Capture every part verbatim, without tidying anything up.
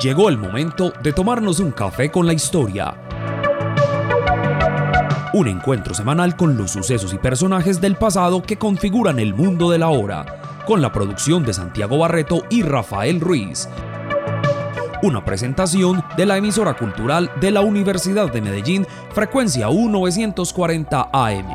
Llegó el momento de tomarnos un café con la historia. Un encuentro semanal con los sucesos y personajes del pasado que configuran el mundo de la hora, con la producción de Santiago Barreto y Rafael Ruiz. Una presentación de la emisora cultural de la Universidad de Medellín, frecuencia U novecientos cuarenta A M.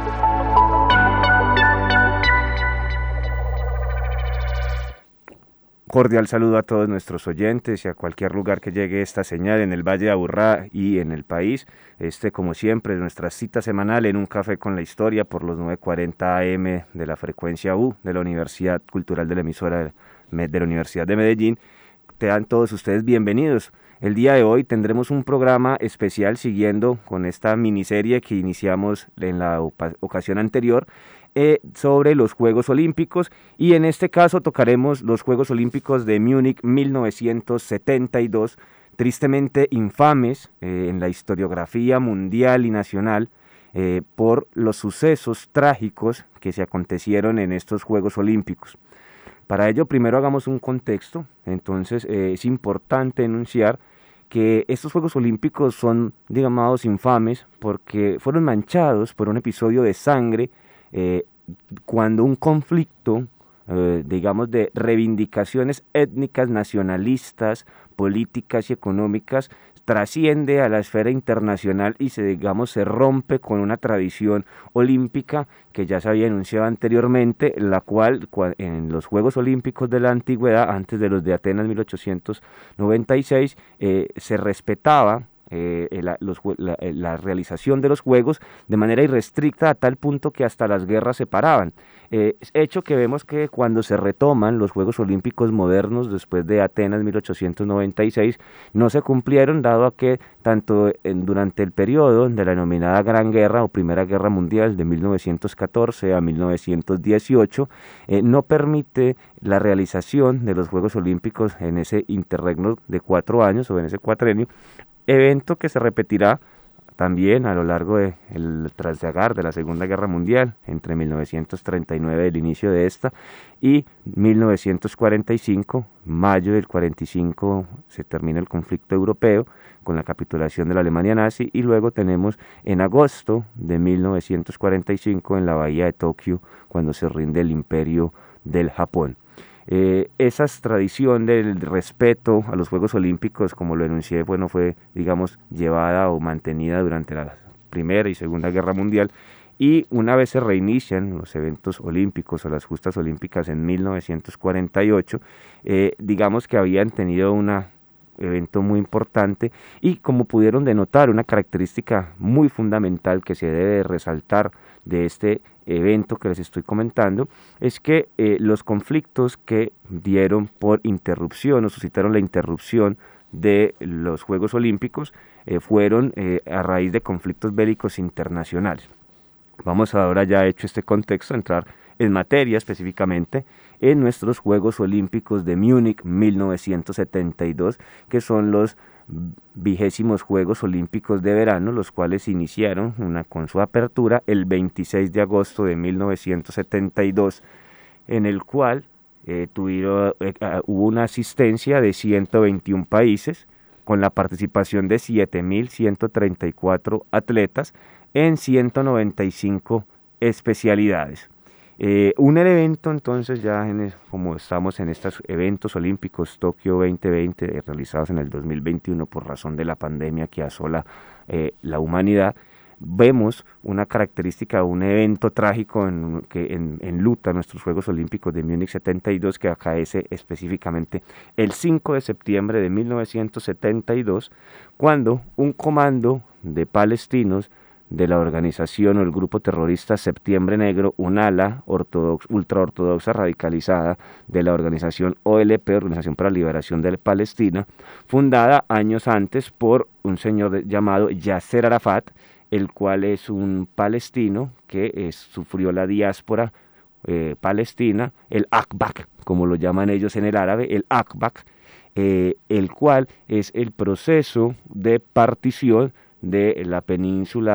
Cordial saludo a todos nuestros oyentes y a cualquier lugar que llegue esta señal en el Valle de Aburrá y en el país. Este, como siempre, es nuestra cita semanal en un café con la historia por los novecientos cuarenta A M de la frecuencia U de la Universidad Cultural de la emisora de la Universidad de Medellín. Te dan todos ustedes bienvenidos. El día de hoy tendremos un programa especial siguiendo con esta miniserie que iniciamos en la ocasión anterior, Eh, sobre los Juegos Olímpicos, y en este caso tocaremos los Juegos Olímpicos de Múnich mil novecientos setenta y dos, tristemente infames eh, en la historiografía mundial y nacional eh, por los sucesos trágicos que se acontecieron en estos Juegos Olímpicos. Para ello, primero hagamos un contexto. Entonces eh, es importante enunciar que estos Juegos Olímpicos son, digamos, infames porque fueron manchados por un episodio de sangre Eh, cuando un conflicto, eh, digamos, de reivindicaciones étnicas, nacionalistas, políticas y económicas trasciende a la esfera internacional y se, digamos, se rompe con una tradición olímpica que ya se había enunciado anteriormente, la cual en los Juegos Olímpicos de la Antigüedad, antes de los de Atenas mil ochocientos noventa y seis, eh, se respetaba Eh, la, los, la, la realización de los Juegos de manera irrestricta a tal punto que hasta las guerras se paraban. Eh, hecho que vemos que cuando se retoman los Juegos Olímpicos modernos después de Atenas mil ochocientos noventa y seis no se cumplieron, dado a que tanto en, durante el periodo de la denominada Gran Guerra o Primera Guerra Mundial de mil novecientos catorce a mil novecientos dieciocho eh, no permite la realización de los Juegos Olímpicos en ese interregno de cuatro años o en ese cuatrenio, evento que se repetirá también a lo largo del traslagar de la Segunda Guerra Mundial, entre mil novecientos treinta y nueve, el inicio de esta, y mil novecientos cuarenta y cinco, mayo del cuarenta y cinco, se termina el conflicto europeo con la capitulación de la Alemania nazi, y luego tenemos en agosto de mil novecientos cuarenta y cinco en la bahía de Tokio, cuando se rinde el imperio del Japón. Eh, esa tradición del respeto a los Juegos Olímpicos, como lo enuncié, bueno, fue, digamos, llevada o mantenida durante la Primera y Segunda Guerra Mundial, y una vez se reinician los eventos olímpicos o las justas olímpicas en mil novecientos cuarenta y ocho, eh, digamos que habían tenido un evento muy importante, y como pudieron denotar, una característica muy fundamental que se debe resaltar de este evento que les estoy comentando es que eh, los conflictos que dieron por interrupción o suscitaron la interrupción de los Juegos Olímpicos eh, fueron eh, a raíz de conflictos bélicos internacionales. Vamos ahora, ya hecho este contexto, a entrar en materia específicamente en nuestros Juegos Olímpicos de Múnich mil novecientos setenta y dos, que son los vigésimos Juegos Olímpicos de verano, los cuales iniciaron una, con su apertura el veintiséis de agosto de mil novecientos setenta y dos, en el cual eh, tuvieron, eh, hubo una asistencia de ciento veintiún países, con la participación de siete mil ciento treinta y cuatro atletas en ciento noventa y cinco especialidades. Eh, un evento, entonces, ya en el, como estamos en estos eventos olímpicos Tokio veinte veinte eh, realizados en el dos mil veintiuno por razón de la pandemia que asola eh, la humanidad, vemos una característica, un evento trágico en, que en, enluta nuestros Juegos Olímpicos de Múnich setenta y dos, que acaece específicamente el cinco de septiembre de mil novecientos setenta y dos, cuando un comando de palestinos de la organización o el grupo terrorista Septiembre Negro, un ala ortodox, ultraortodoxa radicalizada de la organización O L P, Organización para la Liberación de Palestina, fundada años antes por un señor de, llamado Yasser Arafat, el cual es un palestino que es, sufrió la diáspora eh, palestina, el Akbak, como lo llaman ellos en el árabe, el Akbak, eh, el cual es el proceso de partición de la península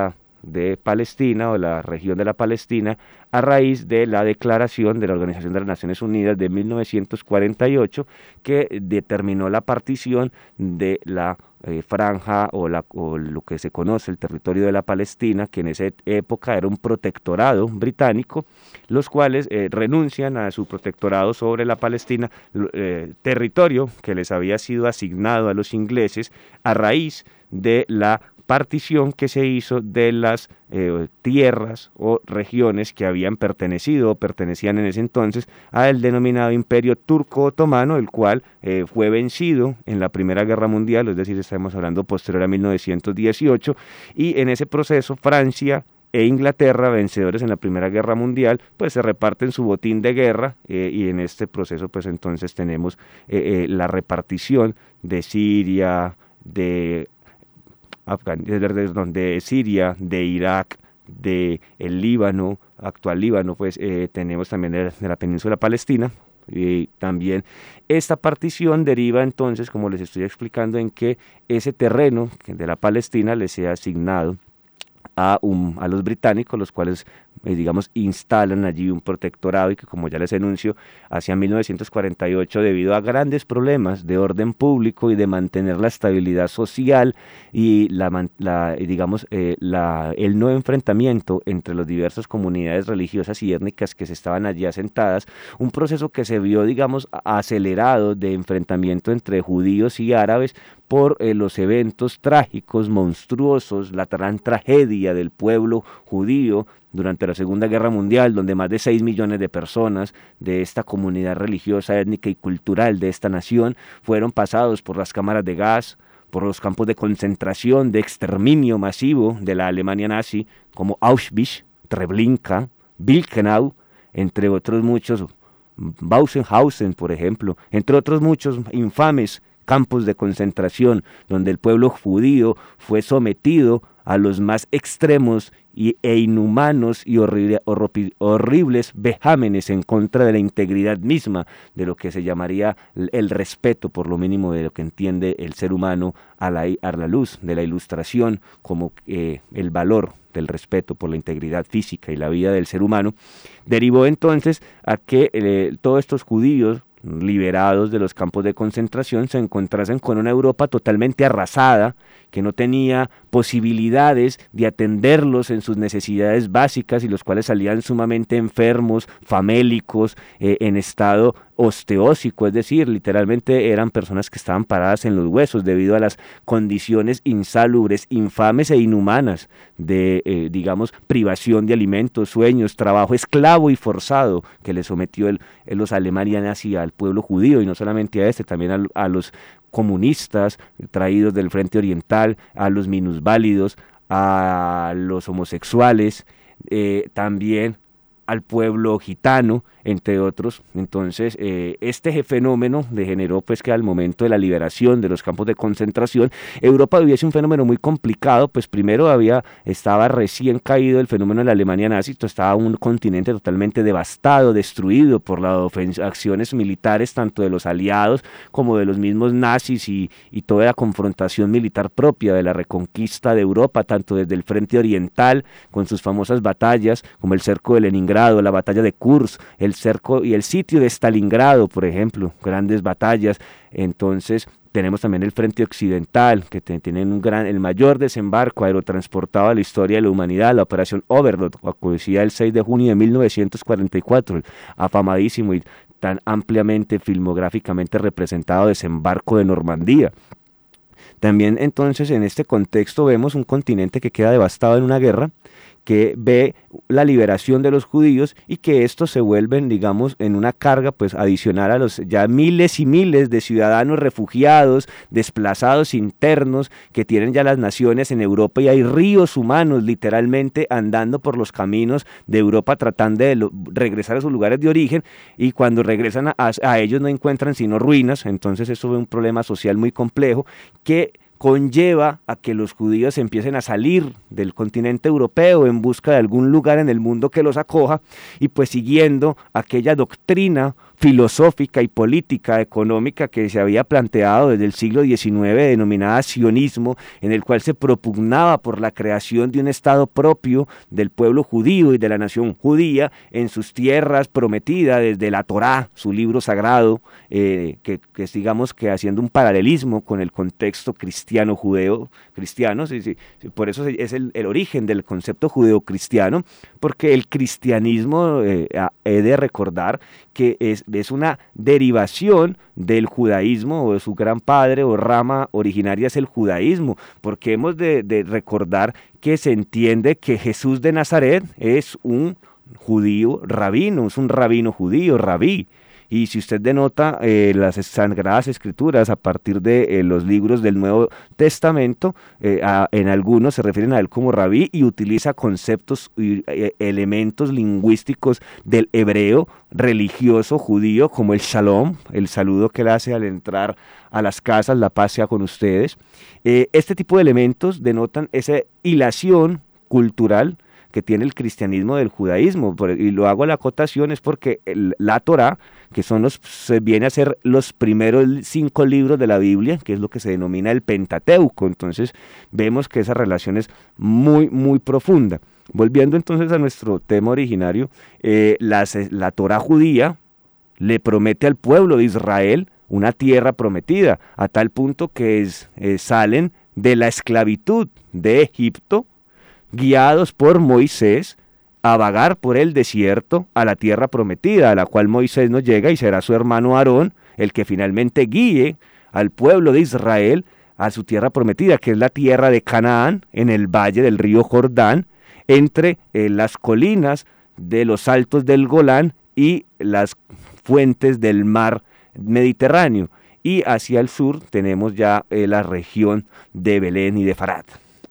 de Palestina o la región de la Palestina a raíz de la declaración de la Organización de las Naciones Unidas de mil novecientos cuarenta y ocho que determinó la partición de la eh, franja o, la, o lo que se conoce el territorio de la Palestina, que en esa época era un protectorado británico, los cuales eh, renuncian a su protectorado sobre la Palestina, eh, territorio que les había sido asignado a los ingleses a raíz de la partición que se hizo de las eh, tierras o regiones que habían pertenecido o pertenecían en ese entonces al denominado Imperio Turco-Otomano, el cual eh, fue vencido en la Primera Guerra Mundial, es decir, estamos hablando posterior a mil novecientos dieciocho, y en ese proceso Francia e Inglaterra, vencedores en la Primera Guerra Mundial, pues se reparten su botín de guerra eh, y en este proceso pues entonces tenemos eh, eh, la repartición de Siria, de Afgan de Siria, de Irak, de el Líbano, actual Líbano, pues eh, tenemos también de, de la península palestina. Y también esta partición deriva entonces, como les estoy explicando, en que ese terreno de la Palestina les sea asignado a, un, a los británicos, los cuales eh, digamos instalan allí un protectorado y que, como ya les anuncio, hacia mil novecientos cuarenta y ocho, debido a grandes problemas de orden público y de mantener la estabilidad social y la, la digamos eh, la, el no enfrentamiento entre las diversas comunidades religiosas y étnicas que se estaban allí asentadas, un proceso que se vio digamos acelerado de enfrentamiento entre judíos y árabes por eh, los eventos trágicos, monstruosos, la gran tragedia del pueblo judío durante la Segunda Guerra Mundial, donde más de seis millones de personas de esta comunidad religiosa, étnica y cultural de esta nación fueron pasados por las cámaras de gas, por los campos de concentración, de exterminio masivo de la Alemania nazi, como Auschwitz, Treblinka, Birkenau, entre otros muchos, Bausenhausen, por ejemplo, entre otros muchos infames campos de concentración, donde el pueblo judío fue sometido a los más extremos y, e inhumanos y horrible, horrible, horribles vejámenes en contra de la integridad misma de lo que se llamaría el respeto, por lo mínimo de lo que entiende el ser humano a la, a la luz de la ilustración, como eh, el valor del respeto por la integridad física y la vida del ser humano, derivó entonces a que eh, todos estos judíos liberados de los campos de concentración se encontrasen con una Europa totalmente arrasada, que no tenía posibilidades de atenderlos en sus necesidades básicas y los cuales salían sumamente enfermos, famélicos, eh, en estado osteósico, es decir, literalmente eran personas que estaban paradas en los huesos debido a las condiciones insalubres, infames e inhumanas de, eh, digamos, privación de alimentos, sueños, trabajo esclavo y forzado que le sometió el, el los Alemania nazi al pueblo judío, y no solamente a este, también a, a los comunistas traídos del Frente Oriental, a los minusválidos, a los homosexuales, eh, también al pueblo gitano, entre otros. Entonces, eh, este fenómeno degeneró pues que al momento de la liberación de los campos de concentración, Europa viviese un fenómeno muy complicado, pues primero había, estaba recién caído el fenómeno de la Alemania nazi, estaba un continente totalmente devastado, destruido por las acciones militares tanto de los aliados como de los mismos nazis y, y toda la confrontación militar propia de la reconquista de Europa, tanto desde el Frente Oriental, con sus famosas batallas, como el cerco de Leningrado, la batalla de Kursk, el cerco y el sitio de Stalingrado, por ejemplo, grandes batallas. Entonces tenemos también el Frente Occidental, que tienen un gran, el mayor desembarco aerotransportado de la historia de la humanidad, la Operación Overlord, acontecida el seis de junio de mil novecientos cuarenta y cuatro, afamadísimo y tan ampliamente filmográficamente representado desembarco de Normandía. También entonces en este contexto vemos un continente que queda devastado en una guerra, que ve la liberación de los judíos y que estos se vuelven, digamos, en una carga pues adicional a los ya miles y miles de ciudadanos refugiados, desplazados internos que tienen ya las naciones en Europa, y hay ríos humanos literalmente andando por los caminos de Europa tratando de lo, regresar a sus lugares de origen, y cuando regresan a, a ellos no encuentran sino ruinas. Entonces eso es un problema social muy complejo que conlleva a que los judíos empiecen a salir del continente europeo en busca de algún lugar en el mundo que los acoja, y pues siguiendo aquella doctrina filosófica y política, económica que se había planteado desde el siglo diecinueve, denominada sionismo, en el cual se propugnaba por la creación de un Estado propio del pueblo judío y de la nación judía en sus tierras prometidas desde la Torá, su libro sagrado, eh, que, que es, digamos, que haciendo un paralelismo con el contexto cristiano, judeo, cristiano, sí, sí, por eso es el, el origen del concepto judeo-cristiano, porque el cristianismo, eh, he de recordar que es, es una derivación del judaísmo, o de su gran padre o rama originaria es el judaísmo, porque hemos de, de recordar que se entiende que Jesús de Nazaret es un judío rabino, es un rabino judío, rabí. Y si usted denota eh, las Sagradas Escrituras a partir de eh, los libros del Nuevo Testamento, eh, a, en algunos se refieren a él como rabí y utiliza conceptos y eh, elementos lingüísticos del hebreo religioso judío, como el shalom, el saludo que él hace al entrar a las casas, la paz sea con ustedes. Eh, este tipo de elementos denotan esa hilación cultural que tiene el cristianismo del judaísmo, y lo hago a la acotación es porque el, la Torá, que son los, se viene a ser los primeros cinco libros de la Biblia, que es lo que se denomina el Pentateuco, entonces vemos que esa relación es muy, muy profunda. Volviendo entonces a nuestro tema originario, eh, la, la Torá judía le promete al pueblo de Israel una tierra prometida, a tal punto que es, eh, salen de la esclavitud de Egipto, guiados por Moisés, a vagar por el desierto a la tierra prometida, a la cual Moisés no llega y será su hermano Aarón el que finalmente guíe al pueblo de Israel a su tierra prometida, que es la tierra de Canaán, en el valle del río Jordán, entre eh, las colinas de los altos del Golán y las fuentes del mar Mediterráneo, y hacia el sur tenemos ya eh, la región de Belén y de Farad.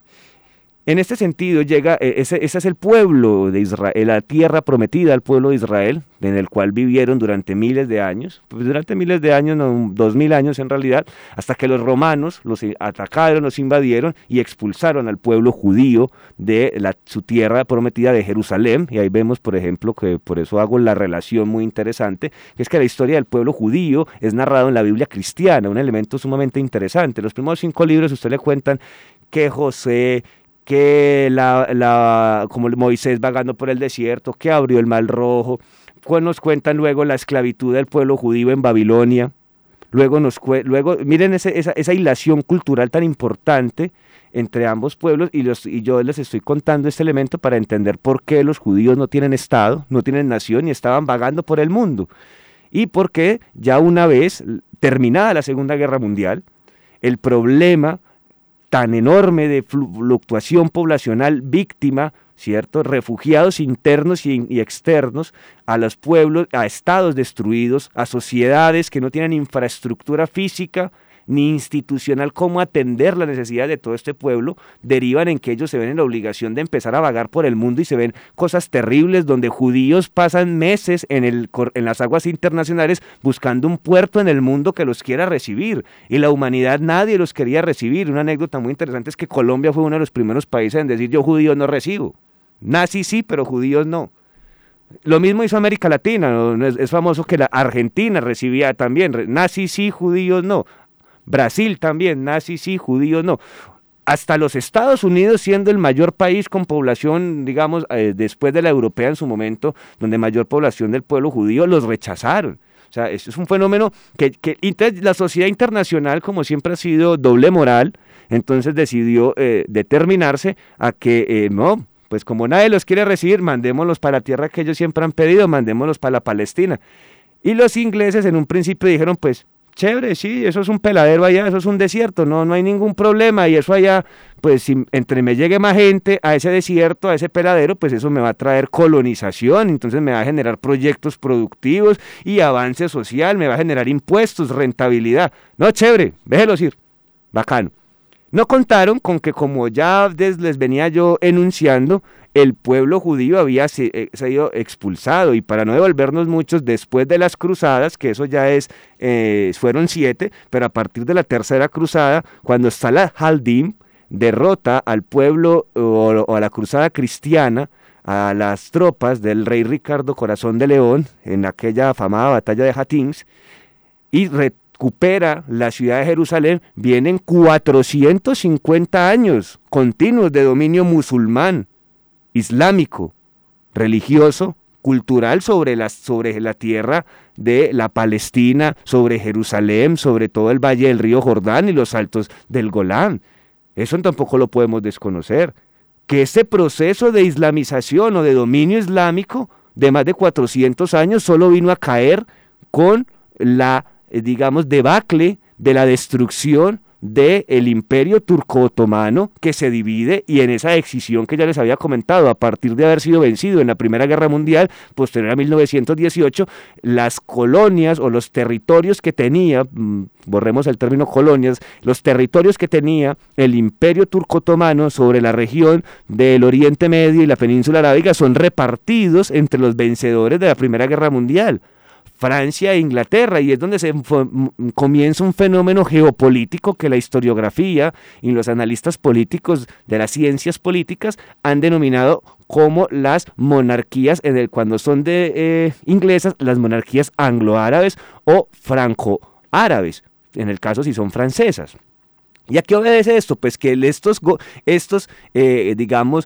En este sentido, llega, ese, ese es el pueblo de Israel, la tierra prometida al pueblo de Israel, en el cual vivieron durante miles de años, pues durante miles de años, no, dos mil años en realidad, hasta que los romanos los atacaron, los invadieron y expulsaron al pueblo judío de la, su tierra prometida de Jerusalén. Y ahí vemos, por ejemplo, que por eso hago la relación muy interesante, que es que la historia del pueblo judío es narrado en la Biblia cristiana, un elemento sumamente interesante. Los primeros cinco libros usted le cuentan que José, que la, la, como Moisés vagando por el desierto, que abrió el Mar Rojo, pues nos cuentan luego la esclavitud del pueblo judío en Babilonia, luego, nos, luego miren ese, esa, esa hilación cultural tan importante entre ambos pueblos, y, los, y yo les estoy contando este elemento para entender por qué los judíos no tienen estado, no tienen nación y estaban vagando por el mundo, y por qué ya una vez terminada la Segunda Guerra Mundial, el problema tan enorme de fluctuación poblacional víctima, ¿cierto? Refugiados internos y, y externos, a los pueblos, a estados destruidos, a sociedades que no tienen infraestructura física ni institucional cómo atender las necesidades de todo este pueblo, derivan en que ellos se ven en la obligación de empezar a vagar por el mundo y se ven cosas terribles donde judíos pasan meses en, el, en las aguas internacionales buscando un puerto en el mundo que los quiera recibir, y la humanidad nadie los quería recibir. Una anécdota muy interesante es que Colombia fue uno de los primeros países en decir: yo judíos no recibo, nazis sí, pero judíos no. Lo mismo hizo América Latina, ¿no? es, es famoso que la Argentina recibía también, nazis sí, judíos no. Brasil también, nazis sí, judíos no. Hasta los Estados Unidos, siendo el mayor país con población, digamos, eh, después de la europea en su momento, donde mayor población del pueblo judío, los rechazaron. O sea, eso es un fenómeno que, que la sociedad internacional, como siempre ha sido doble moral, entonces decidió eh, determinarse a que eh, no, pues como nadie los quiere recibir, mandémoslos para la tierra que ellos siempre han pedido, mandémoslos para la Palestina. Y los ingleses en un principio dijeron, pues, chévere, sí, eso es un peladero allá, eso es un desierto, no, no hay ningún problema, y eso allá, pues si entre me llegue más gente a ese desierto, a ese peladero, pues eso me va a traer colonización, entonces me va a generar proyectos productivos y avance social, me va a generar impuestos, rentabilidad. No, chévere, déjelos ir, bacano. No contaron con que, como ya les venía yo enunciando, el pueblo judío había sido expulsado, y para no devolvernos muchos, después de las cruzadas, que eso ya es, eh, fueron siete, pero a partir de la tercera cruzada, cuando Salah al-Din derrota al pueblo o, o a la cruzada cristiana, a las tropas del rey Ricardo Corazón de León en aquella afamada batalla de Hatins y recupera la ciudad de Jerusalén, vienen cuatrocientos cincuenta años continuos de dominio musulmán, islámico, religioso, cultural sobre la, sobre la tierra de la Palestina, sobre Jerusalén, sobre todo el valle del río Jordán y los altos del Golán. Eso tampoco lo podemos desconocer. Que ese proceso de islamización o de dominio islámico de más de cuatrocientos años solo vino a caer con la, eh, digamos, debacle de la destrucción del imperio turco-otomano, que se divide, y en esa excisión que ya les había comentado, a partir de haber sido vencido en la Primera Guerra Mundial, posterior a mil novecientos dieciocho, las colonias o los territorios que tenía, mmm, borremos el término colonias, los territorios que tenía el imperio turco-otomano sobre la región del Oriente Medio y la península arábiga son repartidos entre los vencedores de la Primera Guerra Mundial, Francia e Inglaterra, y es donde se comienza un fenómeno geopolítico que la historiografía y los analistas políticos de las ciencias políticas han denominado como las monarquías, en el, cuando son de eh, inglesas, las monarquías anglo-árabes o franco-árabes, en el caso si son francesas. ¿Y a qué obedece esto? Pues que estos, estos eh, digamos,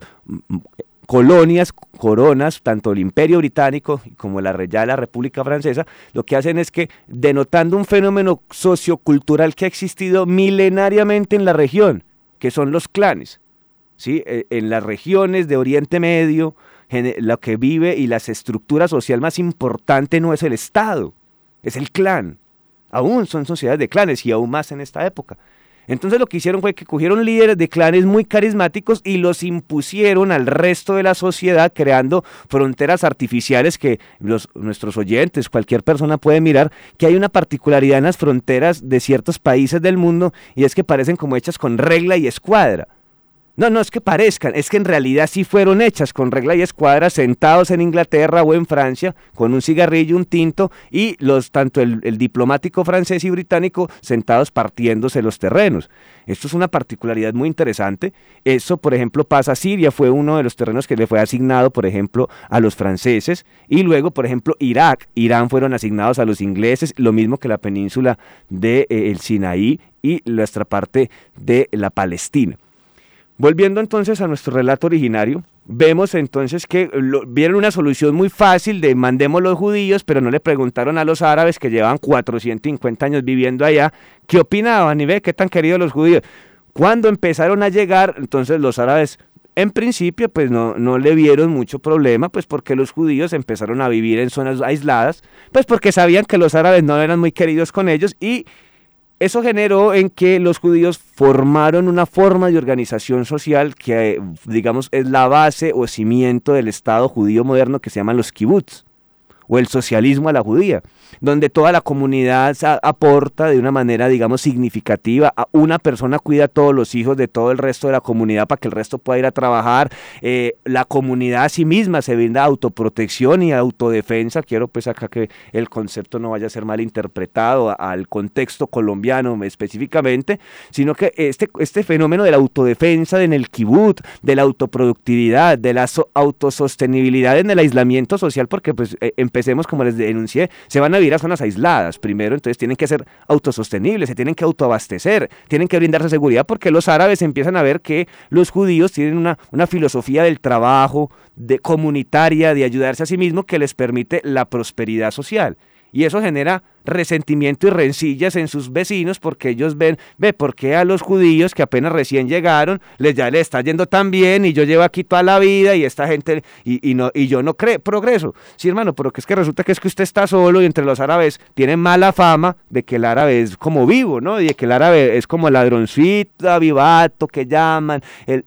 colonias, coronas, tanto el Imperio Británico como la ya la República Francesa, lo que hacen es que, denotando un fenómeno sociocultural que ha existido milenariamente en la región, que son los clanes, ¿sí? En las regiones de Oriente Medio, lo que vive y la estructura social más importante no es el Estado, es el clan. Aún son sociedades de clanes y aún más en esta época. Entonces lo que hicieron fue que cogieron líderes de clanes muy carismáticos y los impusieron al resto de la sociedad, creando fronteras artificiales que los, nuestros oyentes, cualquier persona puede mirar, que hay una particularidad en las fronteras de ciertos países del mundo, y es que parecen como hechas con regla y escuadra. No, no es que parezcan, es que en realidad sí fueron hechas con regla y escuadra, sentados en Inglaterra o en Francia, con un cigarrillo, un tinto, y los tanto el, el diplomático francés y británico sentados partiéndose los terrenos. Esto es una particularidad muy interesante. Eso, por ejemplo, pasa. Siria fue uno de los terrenos que le fue asignado, por ejemplo, a los franceses, y luego, por ejemplo, Irak, Irán fueron asignados a los ingleses, lo mismo que la península del de, eh, Sinaí y nuestra parte de la Palestina. Volviendo entonces a nuestro relato originario, vemos entonces que lo, vieron una solución muy fácil de mandemos los judíos, pero no le preguntaron a los árabes que llevaban cuatrocientos cincuenta años viviendo allá, qué opinaban y ve qué tan queridos los judíos. Cuando empezaron a llegar, entonces los árabes en principio pues no, no le vieron mucho problema, pues porque los judíos empezaron a vivir en zonas aisladas, pues porque sabían que los árabes no eran muy queridos con ellos, y eso generó en que los judíos formaron una forma de organización social que, digamos, es la base o cimiento del Estado judío moderno, que se llaman los kibbutz, o el socialismo a la judía, donde toda la comunidad aporta de una manera, digamos, significativa. Una persona cuida a todos los hijos de todo el resto de la comunidad para que el resto pueda ir a trabajar. Eh, la comunidad a sí misma se brinda autoprotección y autodefensa. Quiero pues acá que el concepto no vaya a ser mal interpretado a, al contexto colombiano específicamente, sino que este, este fenómeno de la autodefensa en el kibutz, de la autoproductividad, de la so, autosostenibilidad en el aislamiento social, porque pues eh, empecemos, como les denuncié, se van a vivir a zonas aisladas primero, entonces tienen que ser autosostenibles, se tienen que autoabastecer, tienen que brindarse seguridad, porque los árabes empiezan a ver que los judíos tienen una, una filosofía del trabajo, de comunitaria, de ayudarse a sí mismos, que les permite la prosperidad social. Y eso genera resentimiento y rencillas en sus vecinos, porque ellos ven, ve, ¿por qué a los judíos que apenas recién llegaron, les ya les está yendo tan bien y yo llevo aquí toda la vida y esta gente, y, y, no, y yo no creo progreso? Sí, hermano, pero que es que resulta que es que usted está solo, y entre los árabes tienen mala fama de que el árabe es como vivo, ¿no? Y de que el árabe es como ladroncito, avivato, que llaman, el,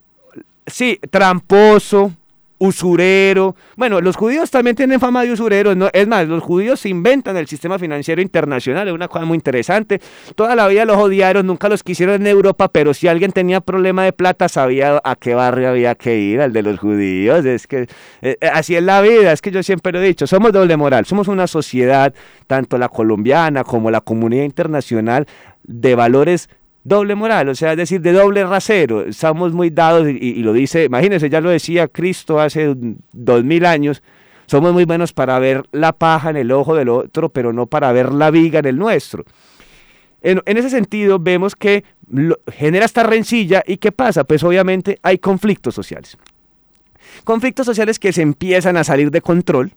sí, tramposo, usurero. Bueno, los judíos también tienen fama de usureros, ¿no? Es más, los judíos se inventan el sistema financiero internacional, es una cosa muy interesante. Toda la vida los odiaron, nunca los quisieron en Europa, pero si alguien tenía problema de plata, sabía a qué barrio había que ir, al de los judíos. Es que eh, así es la vida, es que yo siempre lo he dicho, somos doble moral, somos una sociedad, tanto la colombiana como la comunidad internacional, de valores doble moral, o sea, es decir, de doble rasero. Estamos muy dados, y, y lo dice, imagínense, ya lo decía Cristo hace dos mil años, somos muy buenos para ver la paja en el ojo del otro, pero no para ver la viga en el nuestro. En, en ese sentido, vemos que lo, genera esta rencilla, ¿y qué pasa? Pues obviamente hay conflictos sociales. Conflictos sociales que se empiezan a salir de control,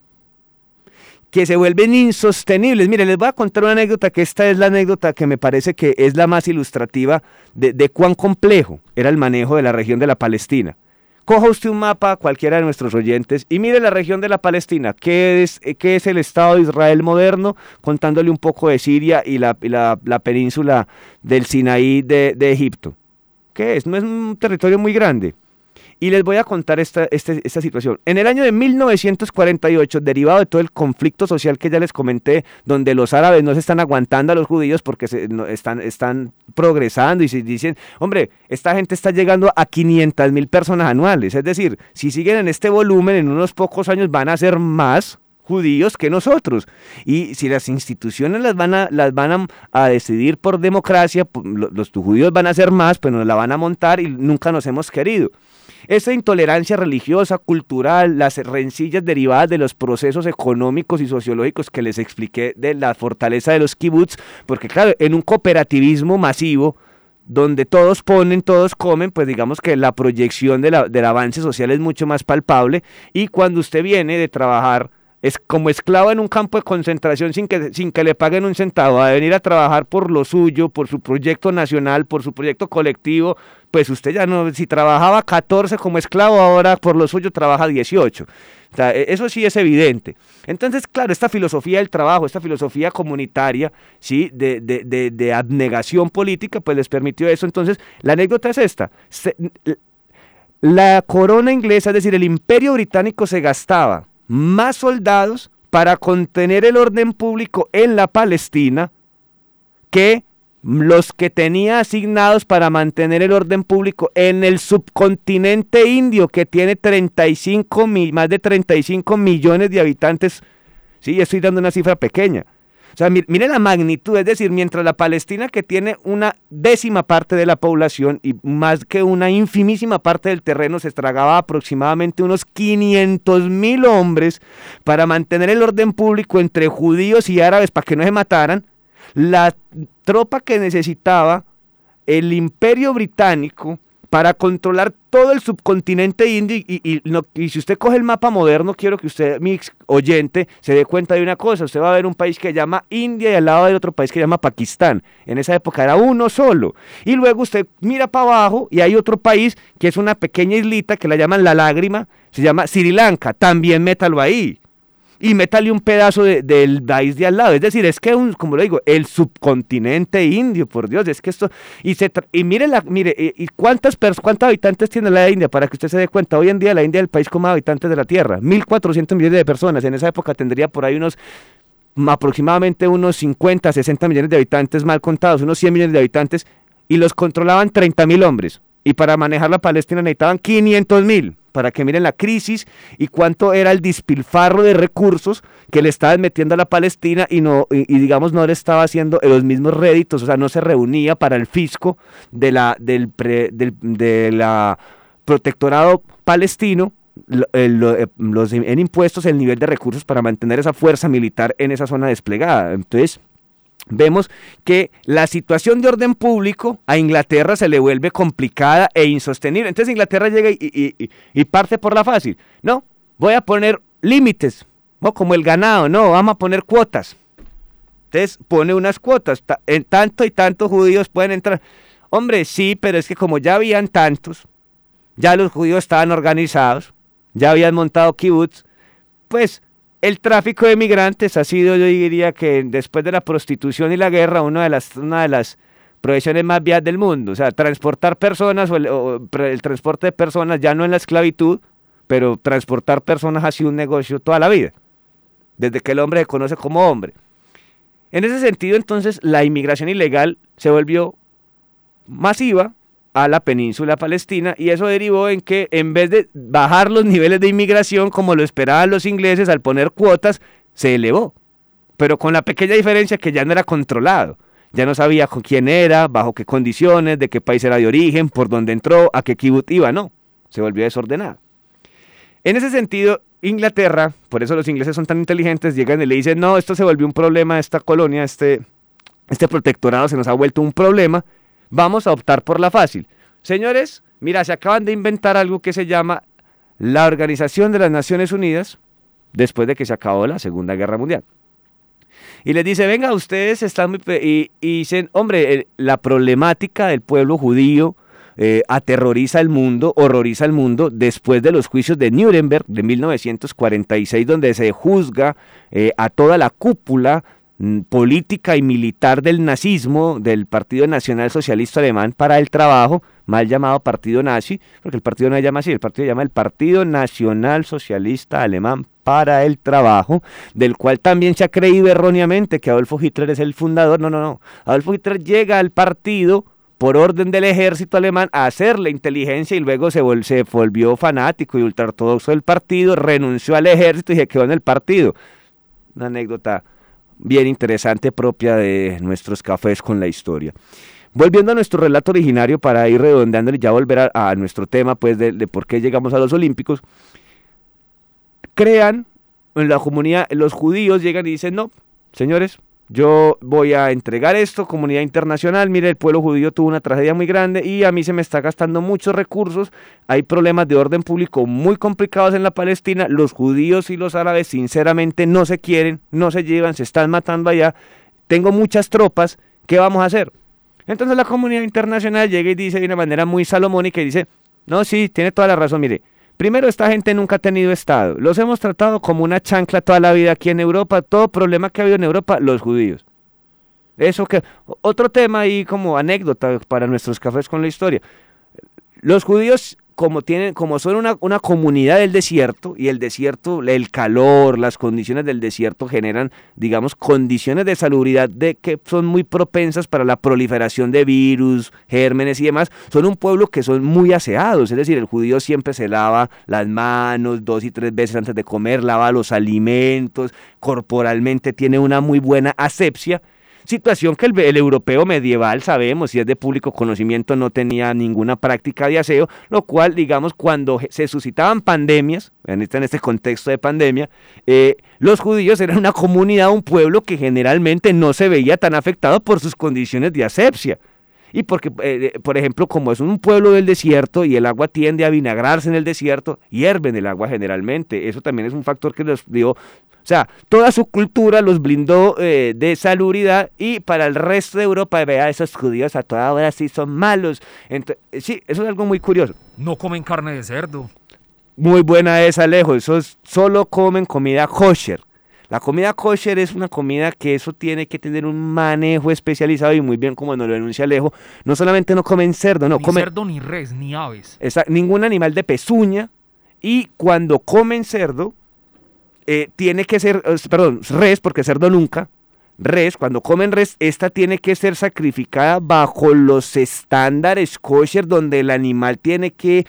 que se vuelven insostenibles. Mire, les voy a contar una anécdota, que esta es la anécdota que me parece que es la más ilustrativa de, de cuán complejo era el manejo de la región de la Palestina. Coja usted un mapa, cualquiera de nuestros oyentes, y mire la región de la Palestina, que es, que es el Estado de Israel moderno, contándole un poco de Siria y la, y la, la península del Sinaí de, de Egipto. ¿Qué es? No es un territorio muy grande. Y les voy a contar esta, esta, esta situación. En el año de mil novecientos cuarenta y ocho, derivado de todo el conflicto social que ya les comenté, donde los árabes no se están aguantando a los judíos porque se, no, están, están progresando y se dicen, hombre, esta gente está llegando a quinientas mil personas anuales. Es decir, si siguen en este volumen, en unos pocos años van a ser más judíos que nosotros. Y si las instituciones las van a, las van a, a decidir por democracia, los, los judíos van a ser más, pues nos la van a montar y nunca nos hemos querido. Esta intolerancia religiosa, cultural, las rencillas derivadas de los procesos económicos y sociológicos que les expliqué de la fortaleza de los kibbutz, porque claro, en un cooperativismo masivo, donde todos ponen, todos comen, pues digamos que la proyección de la, del avance social es mucho más palpable, y cuando usted viene de trabajar es como esclavo en un campo de concentración sin que, sin que le paguen un centavo, a venir a trabajar por lo suyo, por su proyecto nacional, por su proyecto colectivo, pues usted ya no, si trabajaba catorce como esclavo, ahora por lo suyo trabaja dieciocho. O sea, eso sí es evidente. Entonces, claro, esta filosofía del trabajo, esta filosofía comunitaria, ¿sí? de, de, de, de abnegación política, pues les permitió eso. Entonces, la anécdota es esta. Se, la corona inglesa, es decir, el imperio británico se gastaba más soldados para contener el orden público en la Palestina que los que tenía asignados para mantener el orden público en el subcontinente indio, que tiene treinta y cinco, más de treinta y cinco millones de habitantes. Sí, estoy dando una cifra pequeña. O sea, miren la magnitud, es decir, mientras la Palestina, que tiene una décima parte de la población y más que una infimísima parte del terreno, se estragaba aproximadamente unos quinientos mil hombres para mantener el orden público entre judíos y árabes para que no se mataran, la tropa que necesitaba el imperio británico para controlar todo el subcontinente indio, y, y, y, no, y si usted coge el mapa moderno, quiero que usted, mi oyente, se dé cuenta de una cosa. Usted va a ver un país que se llama India y al lado hay otro país que se llama Pakistán. En esa época era uno solo. Y luego usted mira para abajo y hay otro país que es una pequeña islita que la llaman La Lágrima, se llama Sri Lanka, también métalo ahí. Y métale un pedazo de, del país de al lado. Es decir, es que, un, como lo digo, el subcontinente indio, por Dios, es que esto... Y, se y mire, la, mire y, y cuántas cuántos habitantes tiene la India, para que usted se dé cuenta. Hoy en día la India es el país con más habitantes de la Tierra. mil cuatrocientos millones de personas. En esa época tendría por ahí unos... aproximadamente unos cincuenta, sesenta millones de habitantes mal contados, unos cien millones de habitantes, y los controlaban treinta mil hombres. Y para manejar la Palestina necesitaban quinientos mil, para que miren la crisis y cuánto era el despilfarro de recursos que le estaban metiendo a la Palestina, y no y, y digamos no le estaba haciendo los mismos réditos, o sea, no se reunía para el fisco de la del, pre, del de la protectorado palestino el, los, en impuestos, el nivel de recursos para mantener esa fuerza militar en esa zona desplegada. Entonces vemos que la situación de orden público a Inglaterra se le vuelve complicada e insostenible. Entonces Inglaterra llega y, y, y, y parte por la fácil. No, voy a poner límites, no como el ganado, no, vamos a poner cuotas. Entonces pone unas cuotas, en tanto y tantos judíos pueden entrar. Hombre, sí, pero es que como ya habían tantos, ya los judíos estaban organizados, ya habían montado kibbutz, pues... el tráfico de migrantes ha sido, yo diría que después de la prostitución y la guerra, una de las, una de las profesiones más vías del mundo. O sea, transportar personas, o el, o el transporte de personas, ya no en la esclavitud, pero transportar personas ha sido un negocio toda la vida, desde que el hombre se conoce como hombre. En ese sentido, entonces, la inmigración ilegal se volvió masiva a la península palestina, y eso derivó en que en vez de bajar los niveles de inmigración como lo esperaban los ingleses al poner cuotas, se elevó, pero con la pequeña diferencia que ya no era controlado, ya no sabía con quién era, bajo qué condiciones, de qué país era de origen, por dónde entró, a qué kibutz iba, no, se volvió desordenada. En ese sentido, Inglaterra, por eso los ingleses son tan inteligentes, llegan y le dicen, no, esto se volvió un problema, esta colonia, este, este protectorado se nos ha vuelto un problema, vamos a optar por la fácil. Señores, mira, se acaban de inventar algo que se llama la Organización de las Naciones Unidas, después de que se acabó la Segunda Guerra Mundial. Y les dice, venga, ustedes están muy... Y, y dicen, hombre, el, la problemática del pueblo judío eh, aterroriza al mundo, horroriza al mundo, después de los juicios de Nuremberg de mil novecientos cuarenta y seis, donde se juzga eh, a toda la cúpula política y militar del nazismo, del Partido Nacional Socialista Alemán para el Trabajo, mal llamado Partido Nazi, porque el partido no se llama así, el partido se llama el Partido Nacional Socialista Alemán para el Trabajo, del cual también se ha creído erróneamente que Adolfo Hitler es el fundador. No, no, no. Adolfo Hitler llega al partido por orden del ejército alemán a hacer la inteligencia y luego se, vol- se volvió fanático y ultraortodoxo del partido, renunció al ejército y se quedó en el partido. Una anécdota bien interesante, propia de nuestros cafés con la historia. Volviendo a nuestro relato originario, para ir redondeando y ya volver a, a nuestro tema, pues, de, de por qué llegamos a los Olímpicos, crean en la comunidad, los judíos llegan y dicen, no, señores, yo voy a entregar esto, comunidad internacional, mire, el pueblo judío tuvo una tragedia muy grande y a mí se me está gastando muchos recursos, hay problemas de orden público muy complicados en la Palestina, los judíos y los árabes sinceramente no se quieren, no se llevan, se están matando allá, tengo muchas tropas, ¿qué vamos a hacer? Entonces la comunidad internacional llega y dice de una manera muy salomónica y dice, no, sí, tiene toda la razón, mire, primero, esta gente nunca ha tenido Estado. Los hemos tratado como una chancla toda la vida aquí en Europa. Todo problema que ha habido en Europa, los judíos. Eso que... Otro tema ahí como anécdota para nuestros cafés con la historia. Los judíos, como tienen, como son una, una comunidad del desierto, y el desierto, el calor, las condiciones del desierto generan, digamos, condiciones de salubridad de que son muy propensas para la proliferación de virus, gérmenes y demás. Son un pueblo que son muy aseados, es decir, el judío siempre se lava las manos dos y tres veces antes de comer, lava los alimentos, corporalmente tiene una muy buena asepsia. Situación que el, el europeo medieval, sabemos, y es de público conocimiento, no tenía ninguna práctica de aseo, lo cual, digamos, cuando se suscitaban pandemias, en este, en este contexto de pandemia, eh, los judíos eran una comunidad, un pueblo que generalmente no se veía tan afectado por sus condiciones de asepsia. Y porque, eh, por ejemplo, como es un pueblo del desierto y el agua tiende a vinagrarse en el desierto, hierven el agua generalmente. Eso también es un factor que les dio... O sea, toda su cultura los blindó eh, de salubridad y para el resto de Europa, vea, esos judíos a toda hora sí son malos. Entonces, sí, eso es algo muy curioso. No comen carne de cerdo. Muy buena esa, Alejo. Eso es, solo comen comida kosher. La comida kosher es una comida que eso tiene que tener un manejo especializado y muy bien como nos lo denuncia Alejo. No solamente no comen cerdo, no ni comen... Ni cerdo, ni res, ni aves. Esa, ningún animal de pezuña. Y cuando comen cerdo... Eh, tiene que ser, eh, perdón, res, porque cerdo nunca, res, cuando comen res, esta tiene que ser sacrificada bajo los estándares kosher, donde el animal tiene que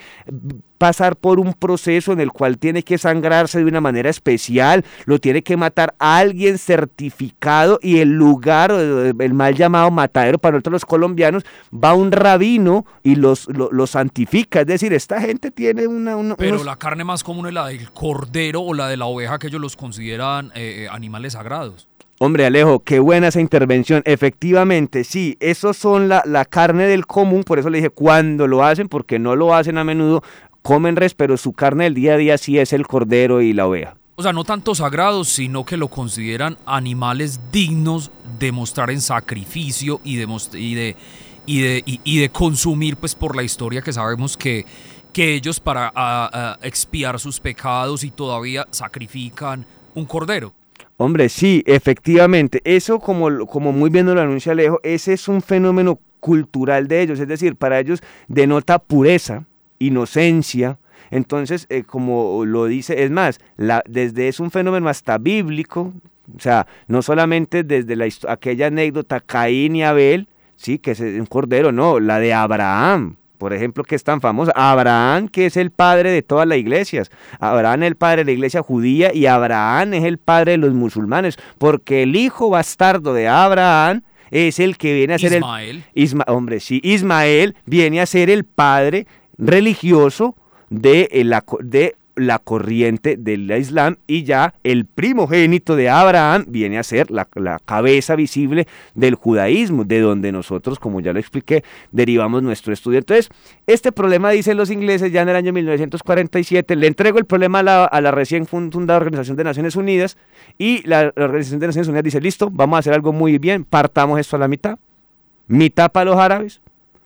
pasar por un proceso en el cual tiene que sangrarse de una manera especial, lo tiene que matar a alguien certificado y el lugar, el mal llamado matadero para nosotros los colombianos, va un rabino y los, lo, los santifica, es decir, esta gente tiene una... una Pero unos... la carne más común es la del cordero o la de la oveja, que ellos los consideran eh, animales sagrados. Hombre, Alejo, qué buena esa intervención. Efectivamente, sí, esos son la, la carne del común, por eso le dije cuando lo hacen, porque no lo hacen a menudo, comen res, pero su carne del día a día sí es el cordero y la oveja. O sea, no tanto sagrados, sino que lo consideran animales dignos de mostrar en sacrificio y de, most- y de, y de, y, y de consumir, pues por la historia que sabemos que, que ellos para a, a expiar sus pecados y todavía sacrifican un cordero. Hombre, sí, efectivamente, eso como, como muy bien nos lo anuncia Alejo, ese es un fenómeno cultural de ellos, es decir, para ellos denota pureza, inocencia. Entonces, eh, como lo dice, es más, la, desde es un fenómeno hasta bíblico, o sea, no solamente desde la, aquella anécdota Caín y Abel, sí, que es un cordero, no, la de Abraham, por ejemplo, que es tan famosa, Abraham, que es el padre de todas las iglesias, Abraham es el padre de la iglesia judía y Abraham es el padre de los musulmanes, porque el hijo bastardo de Abraham es el que viene a ser Ismael. el... Isma, hombre, sí, Ismael viene a ser el padre religioso de la, de la corriente del Islam, y ya el primogénito de Abraham viene a ser la, la cabeza visible del judaísmo, de donde nosotros, como ya lo expliqué, derivamos nuestro estudio. Entonces, este problema, dicen los ingleses, ya en el año mil novecientos cuarenta y siete, le entrego el problema a la, a la recién fundada Organización de Naciones Unidas, y la, la Organización de Naciones Unidas dice, listo, vamos a hacer algo muy bien, partamos esto a la mitad, mitad para los árabes,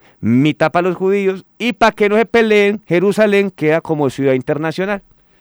mitad para los judíos, y para que no se peleen, Jerusalén queda como ciudad internacional.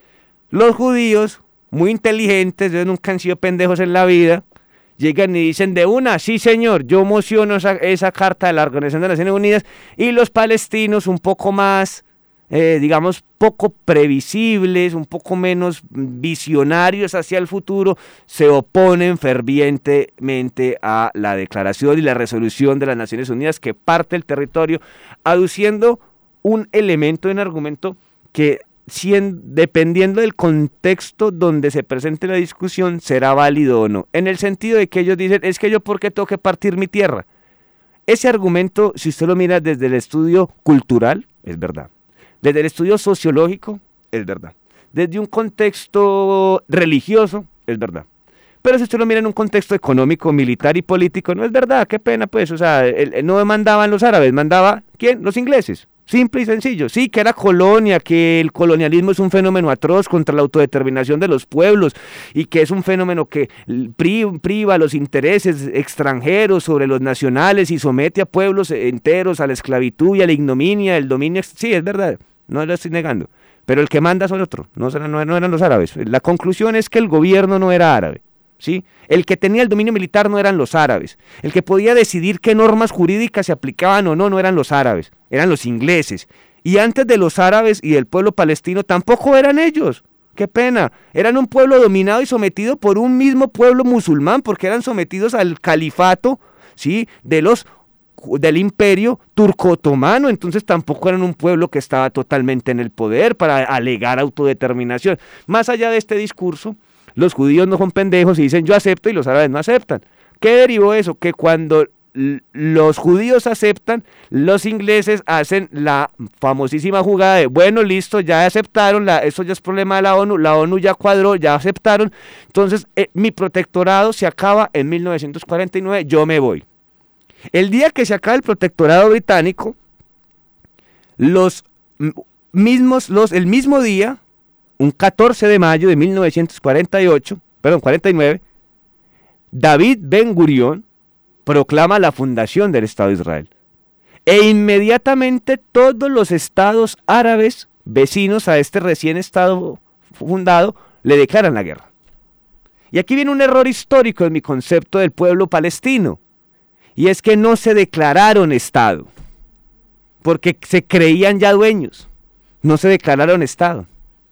Los judíos, muy inteligentes, ellos nunca han sido pendejos en la vida, llegan y dicen de una, sí señor, yo mociono esa, esa carta de la Organización de Naciones Unidas, y los palestinos un poco más, eh, digamos, poco previsibles, un poco menos visionarios hacia el futuro, se oponen fervientemente a la declaración y la resolución de las Naciones Unidas que parte el territorio, aduciendo un elemento, un argumento que, Cien, dependiendo del contexto donde se presente la discusión, será válido o no, en el sentido de que ellos dicen, es que yo ¿por qué tengo que partir mi tierra? Ese argumento, si usted lo mira desde el estudio cultural, es verdad, desde el estudio sociológico, es verdad, desde un contexto religioso, es verdad, pero si usted lo mira en un contexto económico, militar y político, no es verdad, qué pena pues, o sea, el, el, no mandaban los árabes, mandaba, ¿quién? Los ingleses. Simple y sencillo, sí, que era colonia, que el colonialismo es un fenómeno atroz contra la autodeterminación de los pueblos y que es un fenómeno que priva los intereses extranjeros sobre los nacionales y somete a pueblos enteros a la esclavitud y a la ignominia, el dominio, sí, es verdad, no lo estoy negando, pero el que manda son otros, no, no, no eran los árabes. La conclusión es que el gobierno no era árabe. ¿Sí? El que tenía el dominio militar no eran los árabes, el que podía decidir qué normas jurídicas se aplicaban o no, no eran los árabes, eran los ingleses, y antes de los árabes y del pueblo palestino tampoco eran ellos, qué pena, eran un pueblo dominado y sometido por un mismo pueblo musulmán, porque eran sometidos al califato, ¿sí? de los del imperio turco-otomano, entonces tampoco eran un pueblo que estaba totalmente en el poder para alegar autodeterminación. Más allá de este discurso, los judíos no son pendejos y dicen yo acepto y los árabes no aceptan. ¿Qué derivó eso? Que cuando l- los judíos aceptan, los ingleses hacen la famosísima jugada de bueno, listo, ya aceptaron, la, eso ya es problema de la ONU, la ONU ya cuadró, ya aceptaron, entonces eh, mi protectorado se acaba en mil novecientos cuarenta y nueve, yo me voy. El día que se acaba el protectorado británico, los mismos, los, el mismo día, un catorce de mayo de mil novecientos cuarenta y ocho, perdón, cuarenta y nueve, David Ben Gurión proclama la fundación del Estado de Israel. E inmediatamente todos los estados árabes vecinos a este recién estado fundado le declaran la guerra. Y aquí viene un error histórico en mi concepto del pueblo palestino, y es que no se declararon estado, porque se creían ya dueños, no se declararon estado.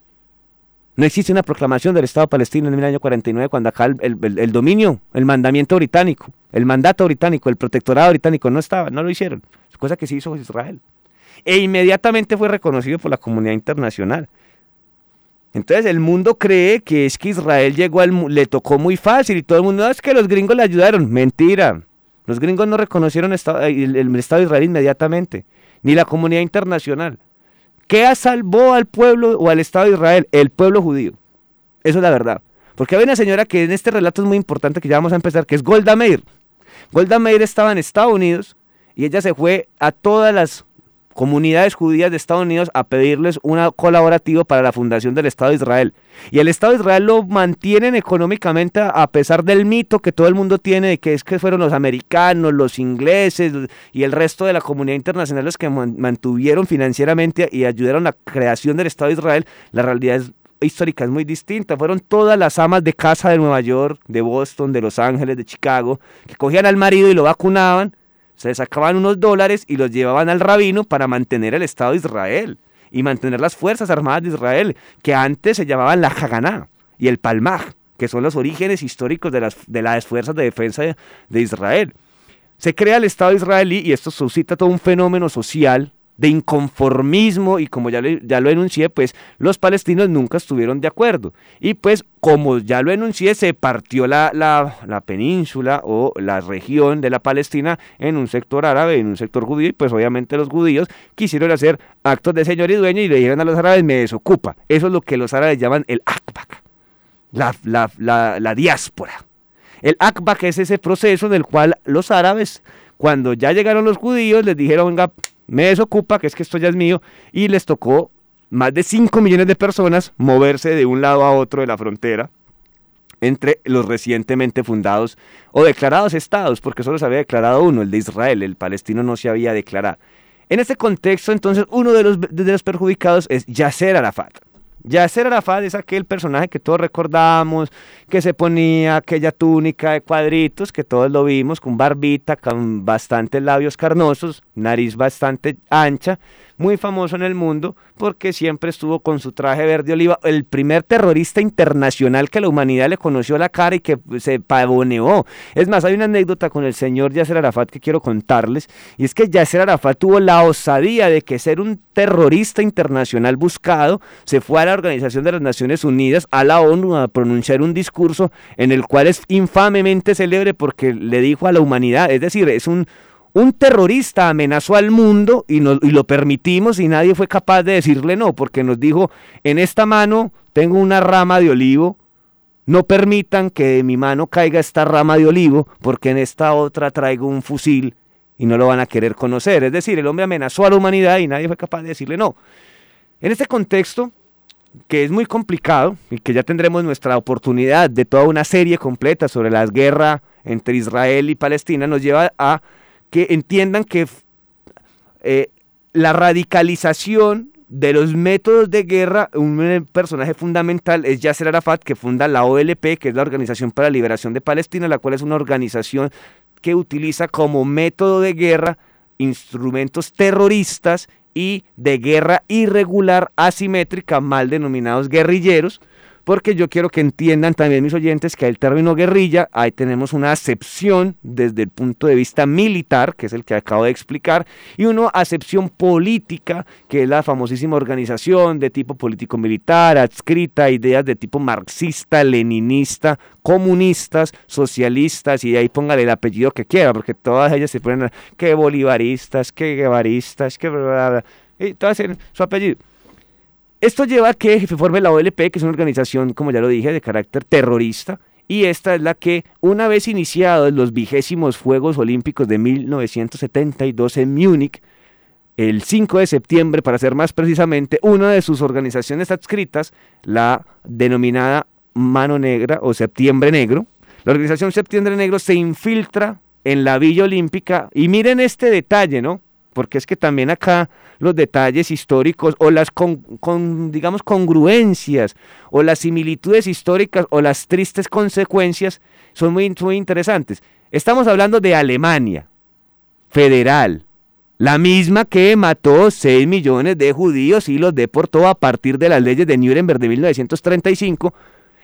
No existe una proclamación del Estado palestino en el año cuarenta y nueve, cuando acá el, el, el dominio, el mandamiento británico, el mandato británico, el protectorado británico no estaba, no lo hicieron, cosa que sí hizo Israel. E inmediatamente fue reconocido por la comunidad internacional. Entonces el mundo cree que es que Israel llegó al, le tocó muy fácil y todo el mundo, no, es que los gringos le ayudaron. Mentira, los gringos no reconocieron el, el Estado de Israel inmediatamente, ni la comunidad internacional. ¿Qué salvó al pueblo o al Estado de Israel? El pueblo judío. Eso es la verdad. Porque hay una señora que en este relato es muy importante, que ya vamos a empezar, que es Golda Meir. Golda Meir estaba en Estados Unidos y ella se fue a todas las comunidades judías de Estados Unidos a pedirles un colaborativo para la fundación del Estado de Israel. Y el Estado de Israel lo mantienen económicamente a pesar del mito que todo el mundo tiene de que es que fueron los americanos, los ingleses y el resto de la comunidad internacional los que mantuvieron financieramente y ayudaron a la creación del Estado de Israel. La realidad es histórica es muy distinta. Fueron todas las amas de casa de Nueva York, de Boston, de Los Ángeles, de Chicago, que cogían al marido y lo vacunaban, se sacaban unos dólares y los llevaban al rabino para mantener el Estado de Israel y mantener las Fuerzas Armadas de Israel, que antes se llamaban la Haganá y el Palmaj, que son los orígenes históricos de las, de las Fuerzas de Defensa de, de Israel. Se crea el Estado israelí y esto suscita todo un fenómeno social de inconformismo, y como ya lo, ya lo enuncié, pues los palestinos nunca estuvieron de acuerdo, y pues como ya lo enuncié, se partió la, la, la península o la región de la Palestina en un sector árabe y en un sector judío, y pues obviamente los judíos quisieron hacer actos de señor y dueño y le dijeron a los árabes: me desocupa. Eso es lo que los árabes llaman el akbak, la, la, la, la diáspora. El akbak es ese proceso en el cual los árabes, cuando ya llegaron los judíos, les dijeron: venga, me desocupa, que es que esto ya es mío, y les tocó más de cinco millones de personas moverse de un lado a otro de la frontera entre los recientemente fundados o declarados estados, porque solo se había declarado uno, el de Israel, el palestino no se había declarado. En este contexto, entonces, uno de los, de los perjudicados es Yasser Arafat. Yasser Arafat es aquel personaje que todos recordamos, que se ponía aquella túnica de cuadritos, que todos lo vimos, con barbita, con bastantes labios carnosos, nariz bastante ancha, muy famoso en el mundo, porque siempre estuvo con su traje verde oliva, el primer terrorista internacional que la humanidad le conoció la cara y que se pavoneó. Es más, hay una anécdota con el señor Yasser Arafat que quiero contarles, y es que Yasser Arafat tuvo la osadía de que ser un terrorista internacional buscado, se fue a la Organización de las Naciones Unidas, a la ONU, a pronunciar un discurso en el cual es infamemente célebre porque le dijo a la humanidad, es decir, es un Un terrorista amenazó al mundo y, nos, y lo permitimos, y nadie fue capaz de decirle no, porque nos dijo: en esta mano tengo una rama de olivo, no permitan que de mi mano caiga esta rama de olivo, porque en esta otra traigo un fusil y no lo van a querer conocer. Es decir, el hombre amenazó a la humanidad y nadie fue capaz de decirle no. En este contexto, que es muy complicado y que ya tendremos nuestra oportunidad de toda una serie completa sobre la guerra entre Israel y Palestina, nos lleva a que entiendan que eh, la radicalización de los métodos de guerra, un personaje fundamental es Yasser Arafat, que funda la O L P, que es la Organización para la Liberación de Palestina, la cual es una organización que utiliza como método de guerra instrumentos terroristas y de guerra irregular asimétrica, mal denominados guerrilleros, porque yo quiero que entiendan también mis oyentes que el término guerrilla, ahí tenemos una acepción desde el punto de vista militar, que es el que acabo de explicar, y una acepción política, que es la famosísima organización de tipo político-militar, adscrita a ideas de tipo marxista, leninista, comunistas, socialistas, y de ahí póngale el apellido que quiera, porque todas ellas se ponen que bolivaristas, que guevaristas, que bla, bla, bla, y todas tienen su apellido. Esto lleva a que se forme la O L P, que es una organización, como ya lo dije, de carácter terrorista, y esta es la que, una vez iniciados los vigésimos Juegos Olímpicos de mil novecientos setenta y dos en Múnich, el cinco de septiembre, para ser más precisamente, una de sus organizaciones adscritas, la denominada Mano Negra o Septiembre Negro, la organización Septiembre Negro se infiltra en la Villa Olímpica, y miren este detalle, ¿no? Porque es que también acá los detalles históricos o las, con, con, digamos, congruencias o las similitudes históricas o las tristes consecuencias son muy, muy interesantes. Estamos hablando de Alemania federal, la misma que mató seis millones de judíos y los deportó a partir de las leyes de Nuremberg de mil novecientos treinta y cinco,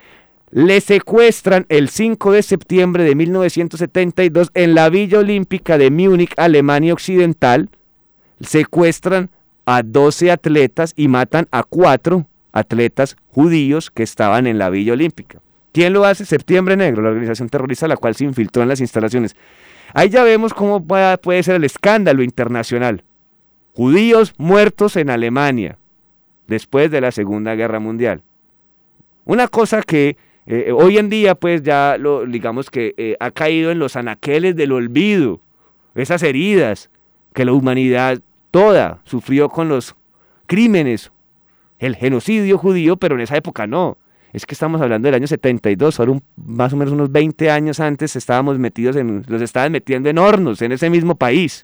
le secuestran el cinco de septiembre de mil novecientos setenta y dos en la Villa Olímpica de Múnich, Alemania Occidental. Secuestran a doce atletas y matan a cuatro atletas judíos que estaban en la Villa Olímpica. ¿Quién lo hace? Septiembre Negro, la organización terrorista la cual se infiltró en las instalaciones. Ahí ya vemos cómo puede ser el escándalo internacional. Judíos muertos en Alemania después de la Segunda Guerra Mundial. Una cosa que eh, hoy en día pues ya lo, digamos que eh, ha caído en los anaqueles del olvido, esas heridas que la humanidad toda sufrió con los crímenes, el genocidio judío, pero en esa época no. Es que estamos hablando del año setenta y dos, ahora un, más o menos unos veinte años antes estábamos metidos en, los estaban metiendo en hornos en ese mismo país.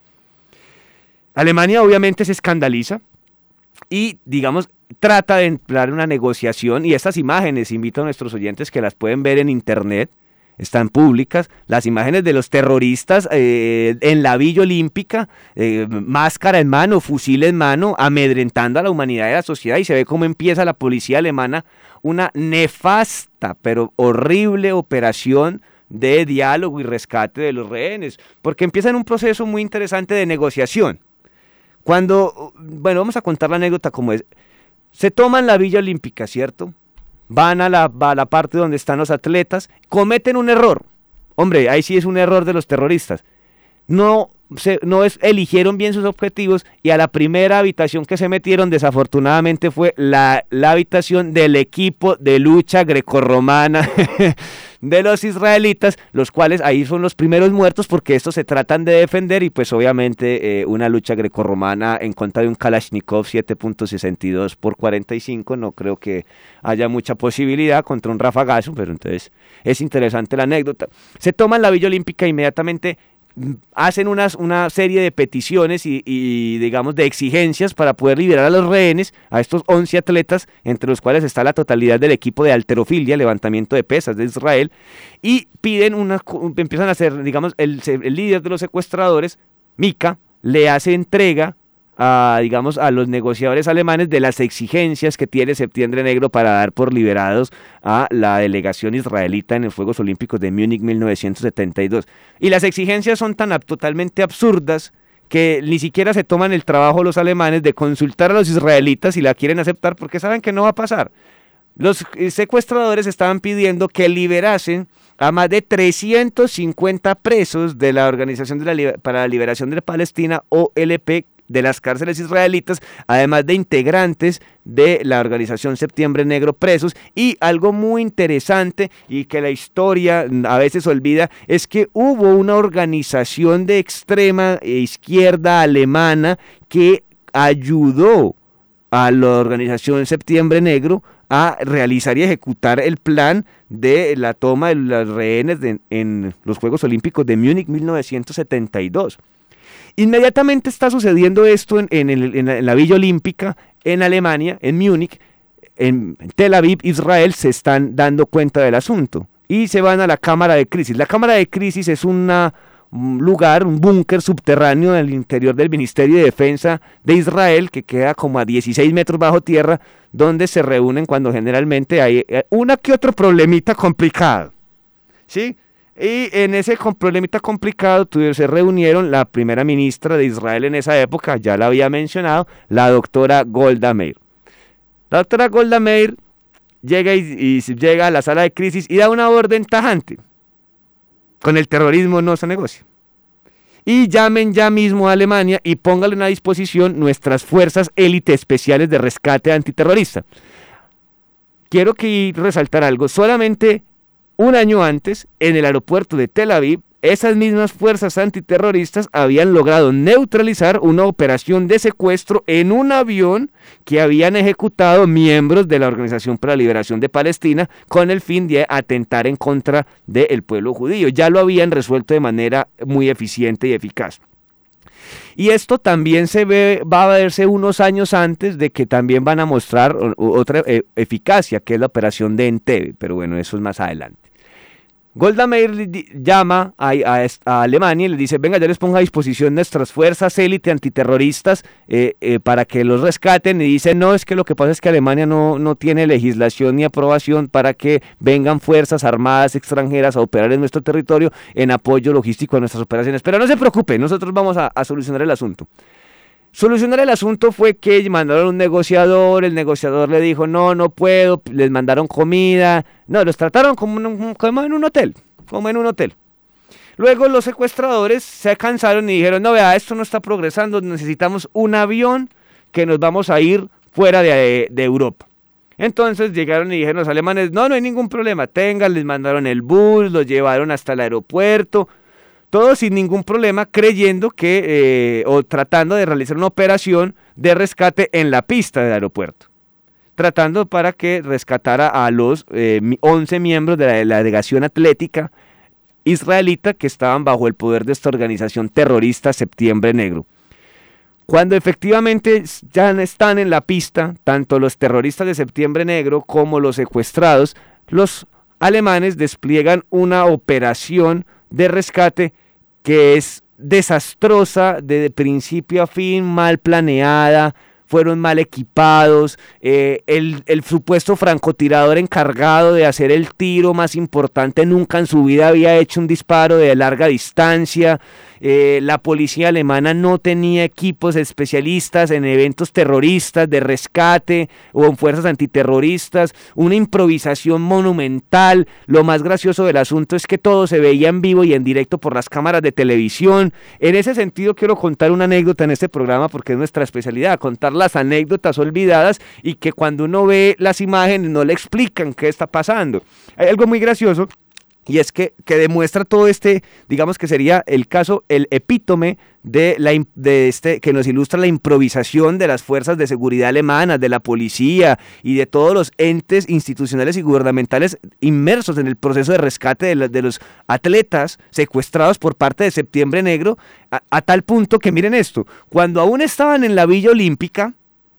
Alemania obviamente se escandaliza y, digamos, trata de entrar en una negociación, y estas imágenes, invito a nuestros oyentes que las pueden ver en internet, están públicas, las imágenes de los terroristas eh, en la Villa Olímpica, eh, máscara en mano, fusil en mano, amedrentando a la humanidad y a la sociedad, y se ve cómo empieza la policía alemana una nefasta, pero horrible operación de diálogo y rescate de los rehenes, porque empiezan un proceso muy interesante de negociación. Cuando, bueno, vamos a contar la anécdota como es. Se toman la Villa Olímpica, ¿cierto? Van a la, a la parte donde están los atletas, cometen un error. Hombre, ahí sí es un error de los terroristas. No, se, no es, eligieron bien sus objetivos y a la primera habitación que se metieron, desafortunadamente fue la, la habitación del equipo de lucha grecorromana de los israelitas, los cuales ahí son los primeros muertos porque estos se tratan de defender y pues obviamente eh, una lucha grecorromana en contra de un Kalashnikov siete punto sesenta y dos por cuarenta y cinco, no creo que haya mucha posibilidad contra un rafagazo, pero entonces es interesante la anécdota. Se toman la Villa Olímpica inmediatamente, hacen unas, una serie de peticiones y, y digamos de exigencias para poder liberar a los rehenes, a estos once atletas, entre los cuales está la totalidad del equipo de halterofilia, levantamiento de pesas de Israel, y piden una, empiezan a hacer, digamos, el, el líder de los secuestradores, Mika, le hace entrega a, digamos, a los negociadores alemanes de las exigencias que tiene Septiembre Negro para dar por liberados a la delegación israelita en los Juegos Olímpicos de Múnich mil novecientos setenta y dos. Y las exigencias son tan totalmente absurdas que ni siquiera se toman el trabajo los alemanes de consultar a los israelitas si la quieren aceptar porque saben que no va a pasar. Los secuestradores estaban pidiendo que liberasen a más de trescientos cincuenta presos de la Organización de la, para la Liberación de Palestina, O L P, de las cárceles israelitas, además de integrantes de la organización Septiembre Negro presos. Y algo muy interesante y que la historia a veces olvida es que hubo una organización de extrema izquierda alemana que ayudó a la organización Septiembre Negro a realizar y ejecutar el plan de la toma de los rehenes de, en los Juegos Olímpicos de Múnich mil novecientos setenta y dos. Inmediatamente está sucediendo esto en, en, el, en, la, en la Villa Olímpica, en Alemania, en Múnich, en Tel Aviv, Israel, se están dando cuenta del asunto y se van a la cámara de crisis. La cámara de crisis es una, un lugar, un búnker subterráneo en el interior del Ministerio de Defensa de Israel que queda como a dieciséis metros bajo tierra, donde se reúnen cuando generalmente hay una que otro problemita complicado, ¿sí? Y en ese problemita complicado se reunieron la primera ministra de Israel en esa época, ya la había mencionado, la doctora Golda Meir. La doctora Golda Meir llega, y, y llega a la sala de crisis y da una orden tajante. Con el terrorismo no se negocia. Y llamen ya mismo a Alemania y pónganle a disposición nuestras fuerzas élite especiales de rescate antiterrorista. Quiero que resaltar algo, solamente un año antes, en el aeropuerto de Tel Aviv, esas mismas fuerzas antiterroristas habían logrado neutralizar una operación de secuestro en un avión que habían ejecutado miembros de la Organización para la Liberación de Palestina con el fin de atentar en contra del pueblo judío. Ya lo habían resuelto de manera muy eficiente y eficaz. Y esto también se ve, va a verse unos años antes de que también van a mostrar otra eh, eficacia, que es la operación de Entebbe, pero bueno, eso es más adelante. Golda Meir llama a, a, a Alemania y le dice, venga, ya les pongo a disposición nuestras fuerzas élite antiterroristas eh, eh, para que los rescaten, y dice, no, es que lo que pasa es que Alemania no, no tiene legislación ni aprobación para que vengan fuerzas armadas extranjeras a operar en nuestro territorio en apoyo logístico a nuestras operaciones, pero no se preocupe, nosotros vamos a, a solucionar el asunto. Solucionar el asunto fue que mandaron un negociador, el negociador le dijo, no, no puedo, les mandaron comida, no, los trataron como, un, como en un hotel, como en un hotel. Luego los secuestradores se cansaron y dijeron, no, vea, esto no está progresando, necesitamos un avión que nos vamos a ir fuera de, de Europa. Entonces llegaron y dijeron los alemanes, no, no hay ningún problema, tengan, les mandaron el bus, los llevaron hasta el aeropuerto, todo sin ningún problema, creyendo que, eh, o tratando de realizar una operación de rescate en la pista del aeropuerto, tratando para que rescatara a los eh, once miembros de la, de la delegación atlética israelita que estaban bajo el poder de esta organización terrorista Septiembre Negro. Cuando efectivamente ya están en la pista, tanto los terroristas de Septiembre Negro como los secuestrados, los alemanes despliegan una operación de rescate que es desastrosa, de principio a fin, mal planeada, fueron mal equipados, eh, el, el supuesto francotirador encargado de hacer el tiro más importante nunca en su vida había hecho un disparo de larga distancia, eh, la policía alemana no tenía equipos especialistas en eventos terroristas, de rescate o en fuerzas antiterroristas, una improvisación monumental. Lo más gracioso del asunto es que todo se veía en vivo y en directo por las cámaras de televisión. En ese sentido quiero contar una anécdota en este programa porque es nuestra especialidad, contar las anécdotas olvidadas y que cuando uno ve las imágenes no le explican qué está pasando. Hay algo muy gracioso y es que, que demuestra todo este, digamos que sería el caso, el epítome de, la, de este, que nos ilustra la improvisación de las fuerzas de seguridad alemanas, de la policía y de todos los entes institucionales y gubernamentales inmersos en el proceso de rescate de, la, de los atletas secuestrados por parte de Septiembre Negro, a, a tal punto que miren esto, cuando aún estaban en la Villa Olímpica,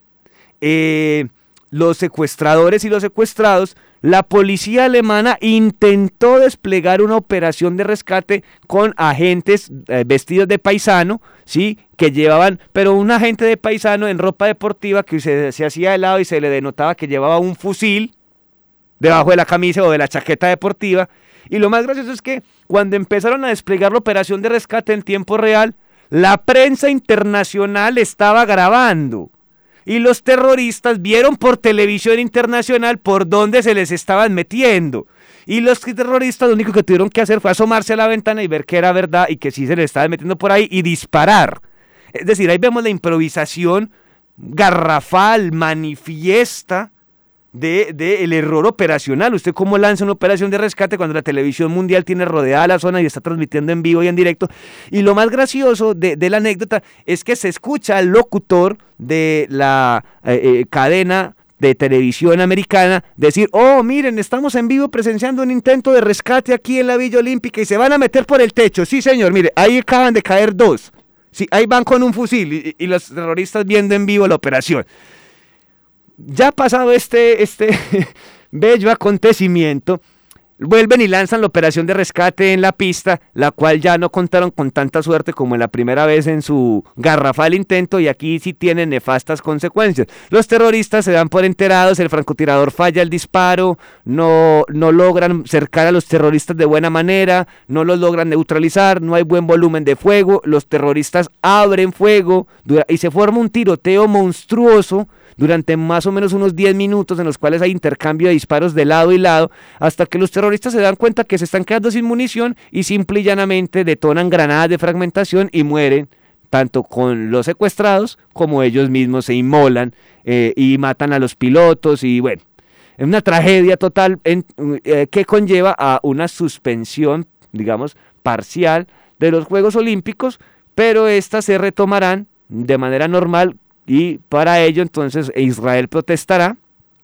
eh, los secuestradores y los secuestrados, la policía alemana intentó desplegar una operación de rescate con agentes eh, vestidos de paisano, ¿sí? Que llevaban, pero un agente de paisano en ropa deportiva que se, se hacía de lado y se le denotaba que llevaba un fusil debajo de la camisa o de la chaqueta deportiva. Y lo más gracioso es que cuando empezaron a desplegar la operación de rescate en tiempo real, la prensa internacional estaba grabando. Y los terroristas vieron por televisión internacional por dónde se les estaban metiendo. Y los terroristas lo único que tuvieron que hacer fue asomarse a la ventana y ver que era verdad y que sí se les estaban metiendo por ahí y disparar. Es decir, ahí vemos la improvisación garrafal, manifiesta de, de el error operacional. ¿Usted cómo lanza una operación de rescate cuando la televisión mundial tiene rodeada la zona y está transmitiendo en vivo y en directo? Y lo más gracioso de, de la anécdota es que se escucha al locutor de la eh, eh, cadena de televisión americana decir: oh, miren, estamos en vivo presenciando un intento de rescate aquí en la Villa Olímpica y se van a meter por el techo. Sí, señor, mire, ahí acaban de caer dos. Sí, ahí van con un fusil y, y los terroristas viendo en vivo la operación. Ya pasado este, este bello acontecimiento, vuelven y lanzan la operación de rescate en la pista, la cual ya no contaron con tanta suerte como en la primera vez en su garrafal intento, y aquí sí tienen nefastas consecuencias. Los terroristas se dan por enterados, el francotirador falla el disparo, no, no logran cercar a los terroristas de buena manera, no los logran neutralizar, no hay buen volumen de fuego, los terroristas abren fuego y se forma un tiroteo monstruoso durante más o menos unos diez minutos en los cuales hay intercambio de disparos de lado y lado, hasta que los terroristas se dan cuenta que se están quedando sin munición y simple y llanamente detonan granadas de fragmentación y mueren, tanto con los secuestrados como ellos mismos se inmolan eh, y matan a los pilotos. Y bueno, es una tragedia total en, eh, que conlleva a una suspensión, digamos, parcial de los Juegos Olímpicos, pero estas se retomarán de manera normal. Y para ello entonces Israel protestará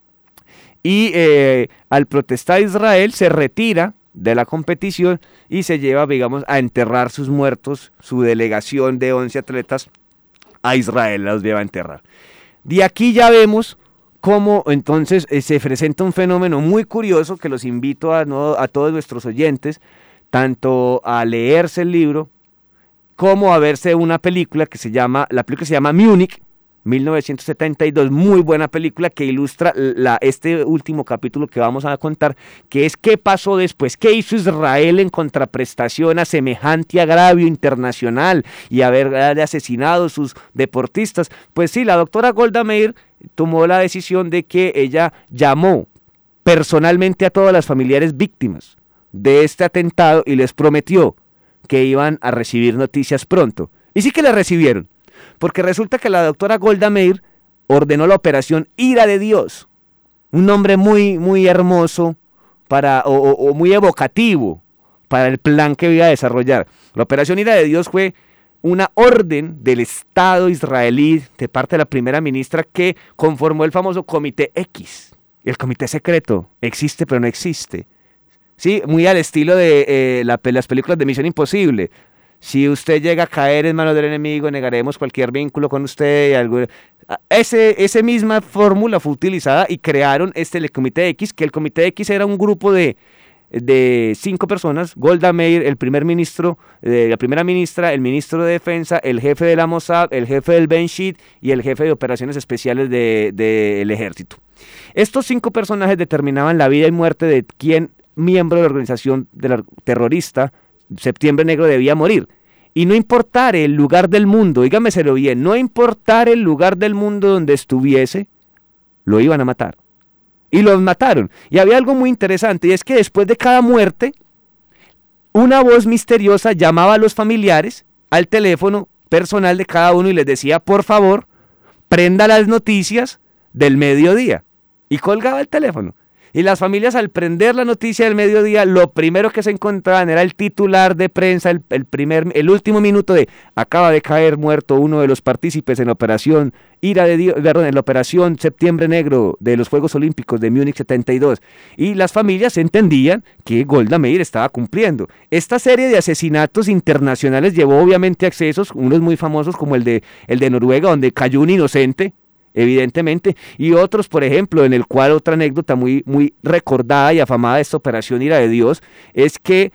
y eh, al protestar Israel se retira de la competición y se lleva, digamos, a enterrar sus muertos, su delegación de once atletas a Israel, los lleva a enterrar. De aquí ya vemos cómo entonces eh, se presenta un fenómeno muy curioso que los invito a, no, a todos nuestros oyentes, tanto a leerse el libro como a verse una película que se llama, la película se llama Múnich, mil novecientos setenta y dos, muy buena película que ilustra la, este último capítulo que vamos a contar, que es qué pasó después, qué hizo Israel en contraprestación a semejante agravio internacional y haber asesinado a sus deportistas. Pues sí, la doctora Golda Meir tomó la decisión de que ella llamó personalmente a todas las familiares víctimas de este atentado y les prometió que iban a recibir noticias pronto. Y sí que las recibieron. Porque resulta que la doctora Golda Meir ordenó la operación Ira de Dios, un nombre muy, muy hermoso para, o, o, o muy evocativo para el plan que iba a desarrollar. La operación Ira de Dios fue una orden del Estado israelí de parte de la primera ministra que conformó el famoso Comité X. El Comité Secreto existe pero no existe. Sí, muy al estilo de eh, la, las películas de Misión Imposible. Si usted llega a caer en manos del enemigo, negaremos cualquier vínculo con usted. Algo... Ese, esa misma fórmula fue utilizada y crearon este el Comité X, que el Comité X era un grupo de de cinco personas: Golda Meir, el primer ministro, eh, la primera ministra, el ministro de Defensa, el jefe de la Mossad, el jefe del Ben Shit y el jefe de operaciones especiales del de, de ejército. Estos cinco personajes determinaban la vida y muerte de quién miembro de la organización de la terrorista Septiembre Negro debía morir. Y no importar el lugar del mundo, dígameselo bien, no importar el lugar del mundo donde estuviese, lo iban a matar. Y los mataron. Y había algo muy interesante, y es que después de cada muerte, una voz misteriosa llamaba a los familiares al teléfono personal de cada uno y les decía: por favor, prenda las noticias del mediodía. Y colgaba el teléfono. Y las familias, al prender la noticia del mediodía, lo primero que se encontraban era el titular de prensa, el, el, primer, el último minuto de: acaba de caer muerto uno de los partícipes en la operación Ira de Dios, perdón, en la operación Septiembre Negro de los Juegos Olímpicos de Múnich setenta y dos. Y las familias entendían que Golda Meir estaba cumpliendo. Esta serie de asesinatos internacionales llevó obviamente a excesos, unos muy famosos como el de, el de Noruega, donde cayó un inocente, evidentemente, y otros, por ejemplo, en el cual otra anécdota muy, muy recordada y afamada de esta operación Ira de Dios es que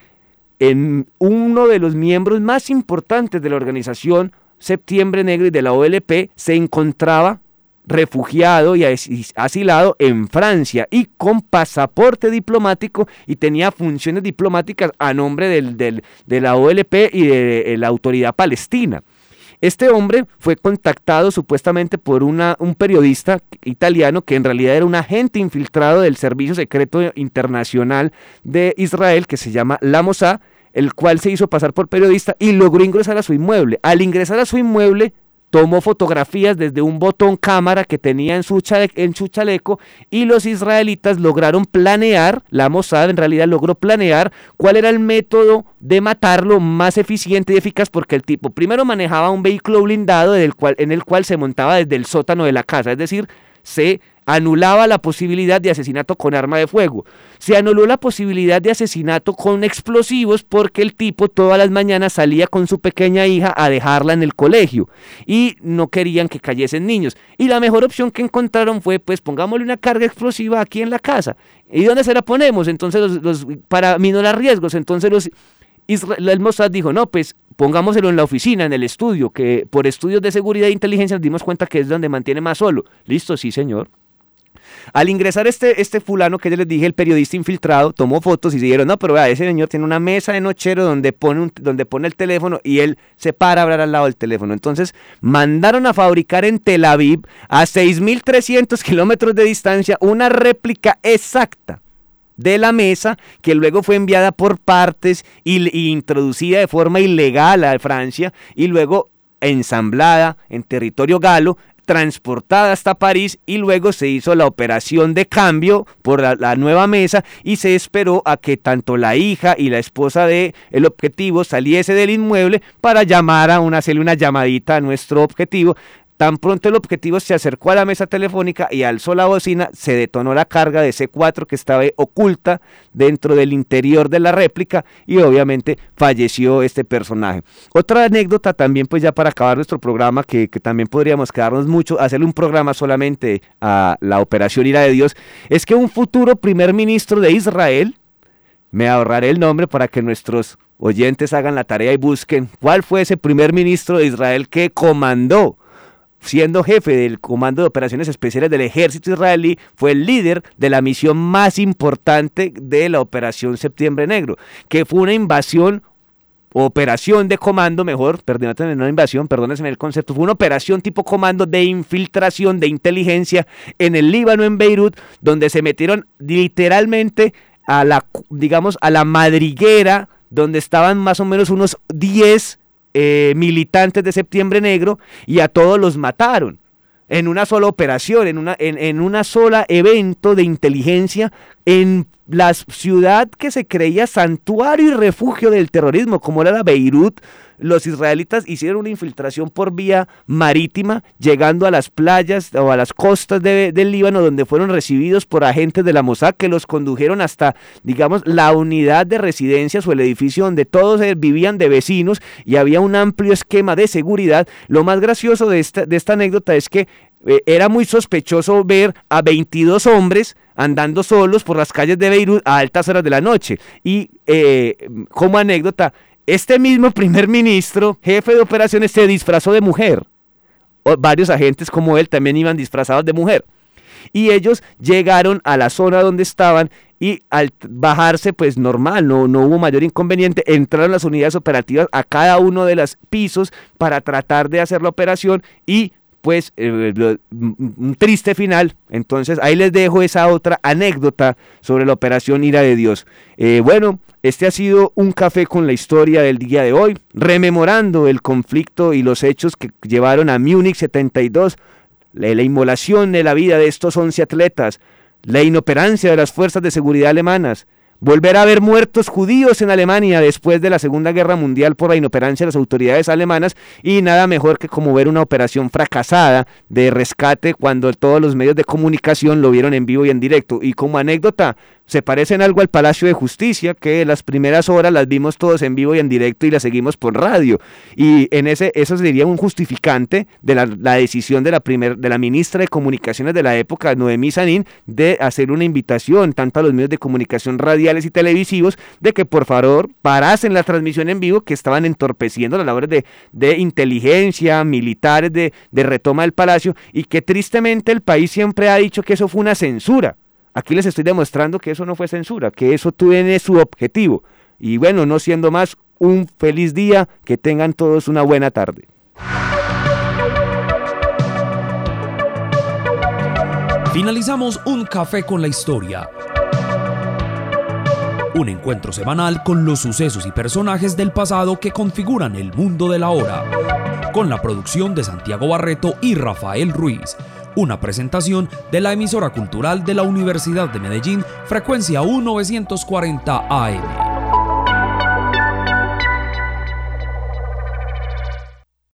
en uno de los miembros más importantes de la organización Septiembre Negro y de la O L P se encontraba refugiado y asilado en Francia y con pasaporte diplomático, y tenía funciones diplomáticas a nombre del, del, de la O L P y de, de la autoridad palestina. Este hombre fue contactado supuestamente por una, un periodista italiano que en realidad era un agente infiltrado del Servicio Secreto Internacional de Israel, que se llama la Mossad, el cual se hizo pasar por periodista y logró ingresar a su inmueble. Al ingresar a su inmueble, tomó fotografías desde un botón cámara que tenía en su, chale, en su chaleco, y los israelitas lograron planear, la Mossad en realidad logró planear cuál era el método de matarlo más eficiente y eficaz, porque el tipo primero manejaba un vehículo blindado del cual, en el cual se montaba desde el sótano de la casa, es decir, se anulaba la posibilidad de asesinato con arma de fuego. Se anuló la posibilidad de asesinato con explosivos porque el tipo todas las mañanas salía con su pequeña hija a dejarla en el colegio y no querían que cayesen niños. Y la mejor opción que encontraron fue: pues pongámosle una carga explosiva aquí en la casa. ¿Y dónde se la ponemos? Entonces, los, los, para minorar riesgos, entonces los... el Mossad dijo: no, pues pongámoselo en la oficina, en el estudio, que por estudios de seguridad e inteligencia nos dimos cuenta que es donde mantiene más solo. Listo, sí señor. Al ingresar este, este fulano que yo les dije, el periodista infiltrado, tomó fotos y se dijeron: no, pero vea, ese señor tiene una mesa de nochero donde pone, un, donde pone el teléfono y él se para a hablar al lado del teléfono. Entonces mandaron a fabricar en Tel Aviv, a seis mil trescientos kilómetros de distancia, una réplica exacta de la mesa, que luego fue enviada por partes y, y introducida de forma ilegal a Francia, y luego ensamblada en territorio galo, transportada hasta París, y luego se hizo la operación de cambio por la, la nueva mesa, y se esperó a que tanto la hija y la esposa de el objetivo saliese del inmueble para llamar a una, hacerle una llamadita a nuestro objetivo. Tan pronto el objetivo se acercó a la mesa telefónica y alzó la bocina, se detonó la carga de C cuatro que estaba oculta dentro del interior de la réplica, y obviamente falleció este personaje. Otra anécdota también, pues ya para acabar nuestro programa, que, que también podríamos quedarnos mucho, hacerle un programa solamente a la operación Ira de Dios, es que un futuro primer ministro de Israel, me ahorraré el nombre para que nuestros oyentes hagan la tarea y busquen cuál fue ese primer ministro de Israel que comandó, siendo jefe del Comando de Operaciones Especiales del Ejército Israelí, fue el líder de la misión más importante de la Operación Septiembre Negro, que fue una invasión, operación de comando, mejor, perdónenme, no invasión, perdónenme el concepto, fue una operación tipo comando de infiltración, de inteligencia en el Líbano, en Beirut, donde se metieron literalmente a la, digamos, a la madriguera, donde estaban más o menos unos diez Eh, militantes de Septiembre Negro, y a todos los mataron en una sola operación, en una en, en una sola evento de inteligencia en la ciudad que se creía santuario y refugio del terrorismo, como era la Beirut. Los israelitas hicieron una infiltración por vía marítima, llegando a las playas o a las costas de, del Líbano, donde fueron recibidos por agentes de la Mossad, que los condujeron hasta, digamos, la unidad de residencias o el edificio donde todos vivían de vecinos, y había un amplio esquema de seguridad. Lo más gracioso de esta, de esta anécdota es que eh, era muy sospechoso ver a veintidós hombres andando solos por las calles de Beirut a altas horas de la noche. Y eh, como anécdota, este mismo primer ministro, jefe de operaciones, se disfrazó de mujer. O varios agentes como él también iban disfrazados de mujer. Y ellos llegaron a la zona donde estaban y al bajarse pues normal, no, no hubo mayor inconveniente, entraron las unidades operativas a cada uno de los pisos para tratar de hacer la operación y pues eh, un triste final. Entonces ahí les dejo esa otra anécdota sobre la operación Ira de Dios. Eh, bueno, este ha sido un café con la historia del día de hoy, rememorando el conflicto y los hechos que llevaron a Múnich setenta y dos, la, la inmolación de la vida de estos once atletas, la inoperancia de las fuerzas de seguridad alemanas, volver a ver muertos judíos en Alemania después de la Segunda Guerra Mundial por la inoperancia de las autoridades alemanas, y nada mejor que como ver una operación fracasada de rescate cuando todos los medios de comunicación lo vieron en vivo y en directo. Y como anécdota, se parecen algo al Palacio de Justicia, que las primeras horas las vimos todos en vivo y en directo y las seguimos por radio. Y en ese eso sería un justificante de la, la decisión de la, primer, de la ministra de Comunicaciones de la época, Noemí Sanín, de hacer una invitación tanto a los medios de comunicación radiales y televisivos de que por favor parasen la transmisión en vivo, que estaban entorpeciendo las labores de, de inteligencia, militares, de, de retoma del Palacio, y que tristemente el país siempre ha dicho que eso fue una censura. Aquí les estoy demostrando que eso no fue censura, que eso tiene su objetivo. Y bueno, no siendo más, un feliz día, que tengan todos una buena tarde. Finalizamos un café con la historia. Un encuentro semanal con los sucesos y personajes del pasado que configuran el mundo de la hora. Con la producción de Santiago Barreto y Rafael Ruiz. Una presentación de la emisora cultural de la Universidad de Medellín, frecuencia mil novecientos cuarenta A M.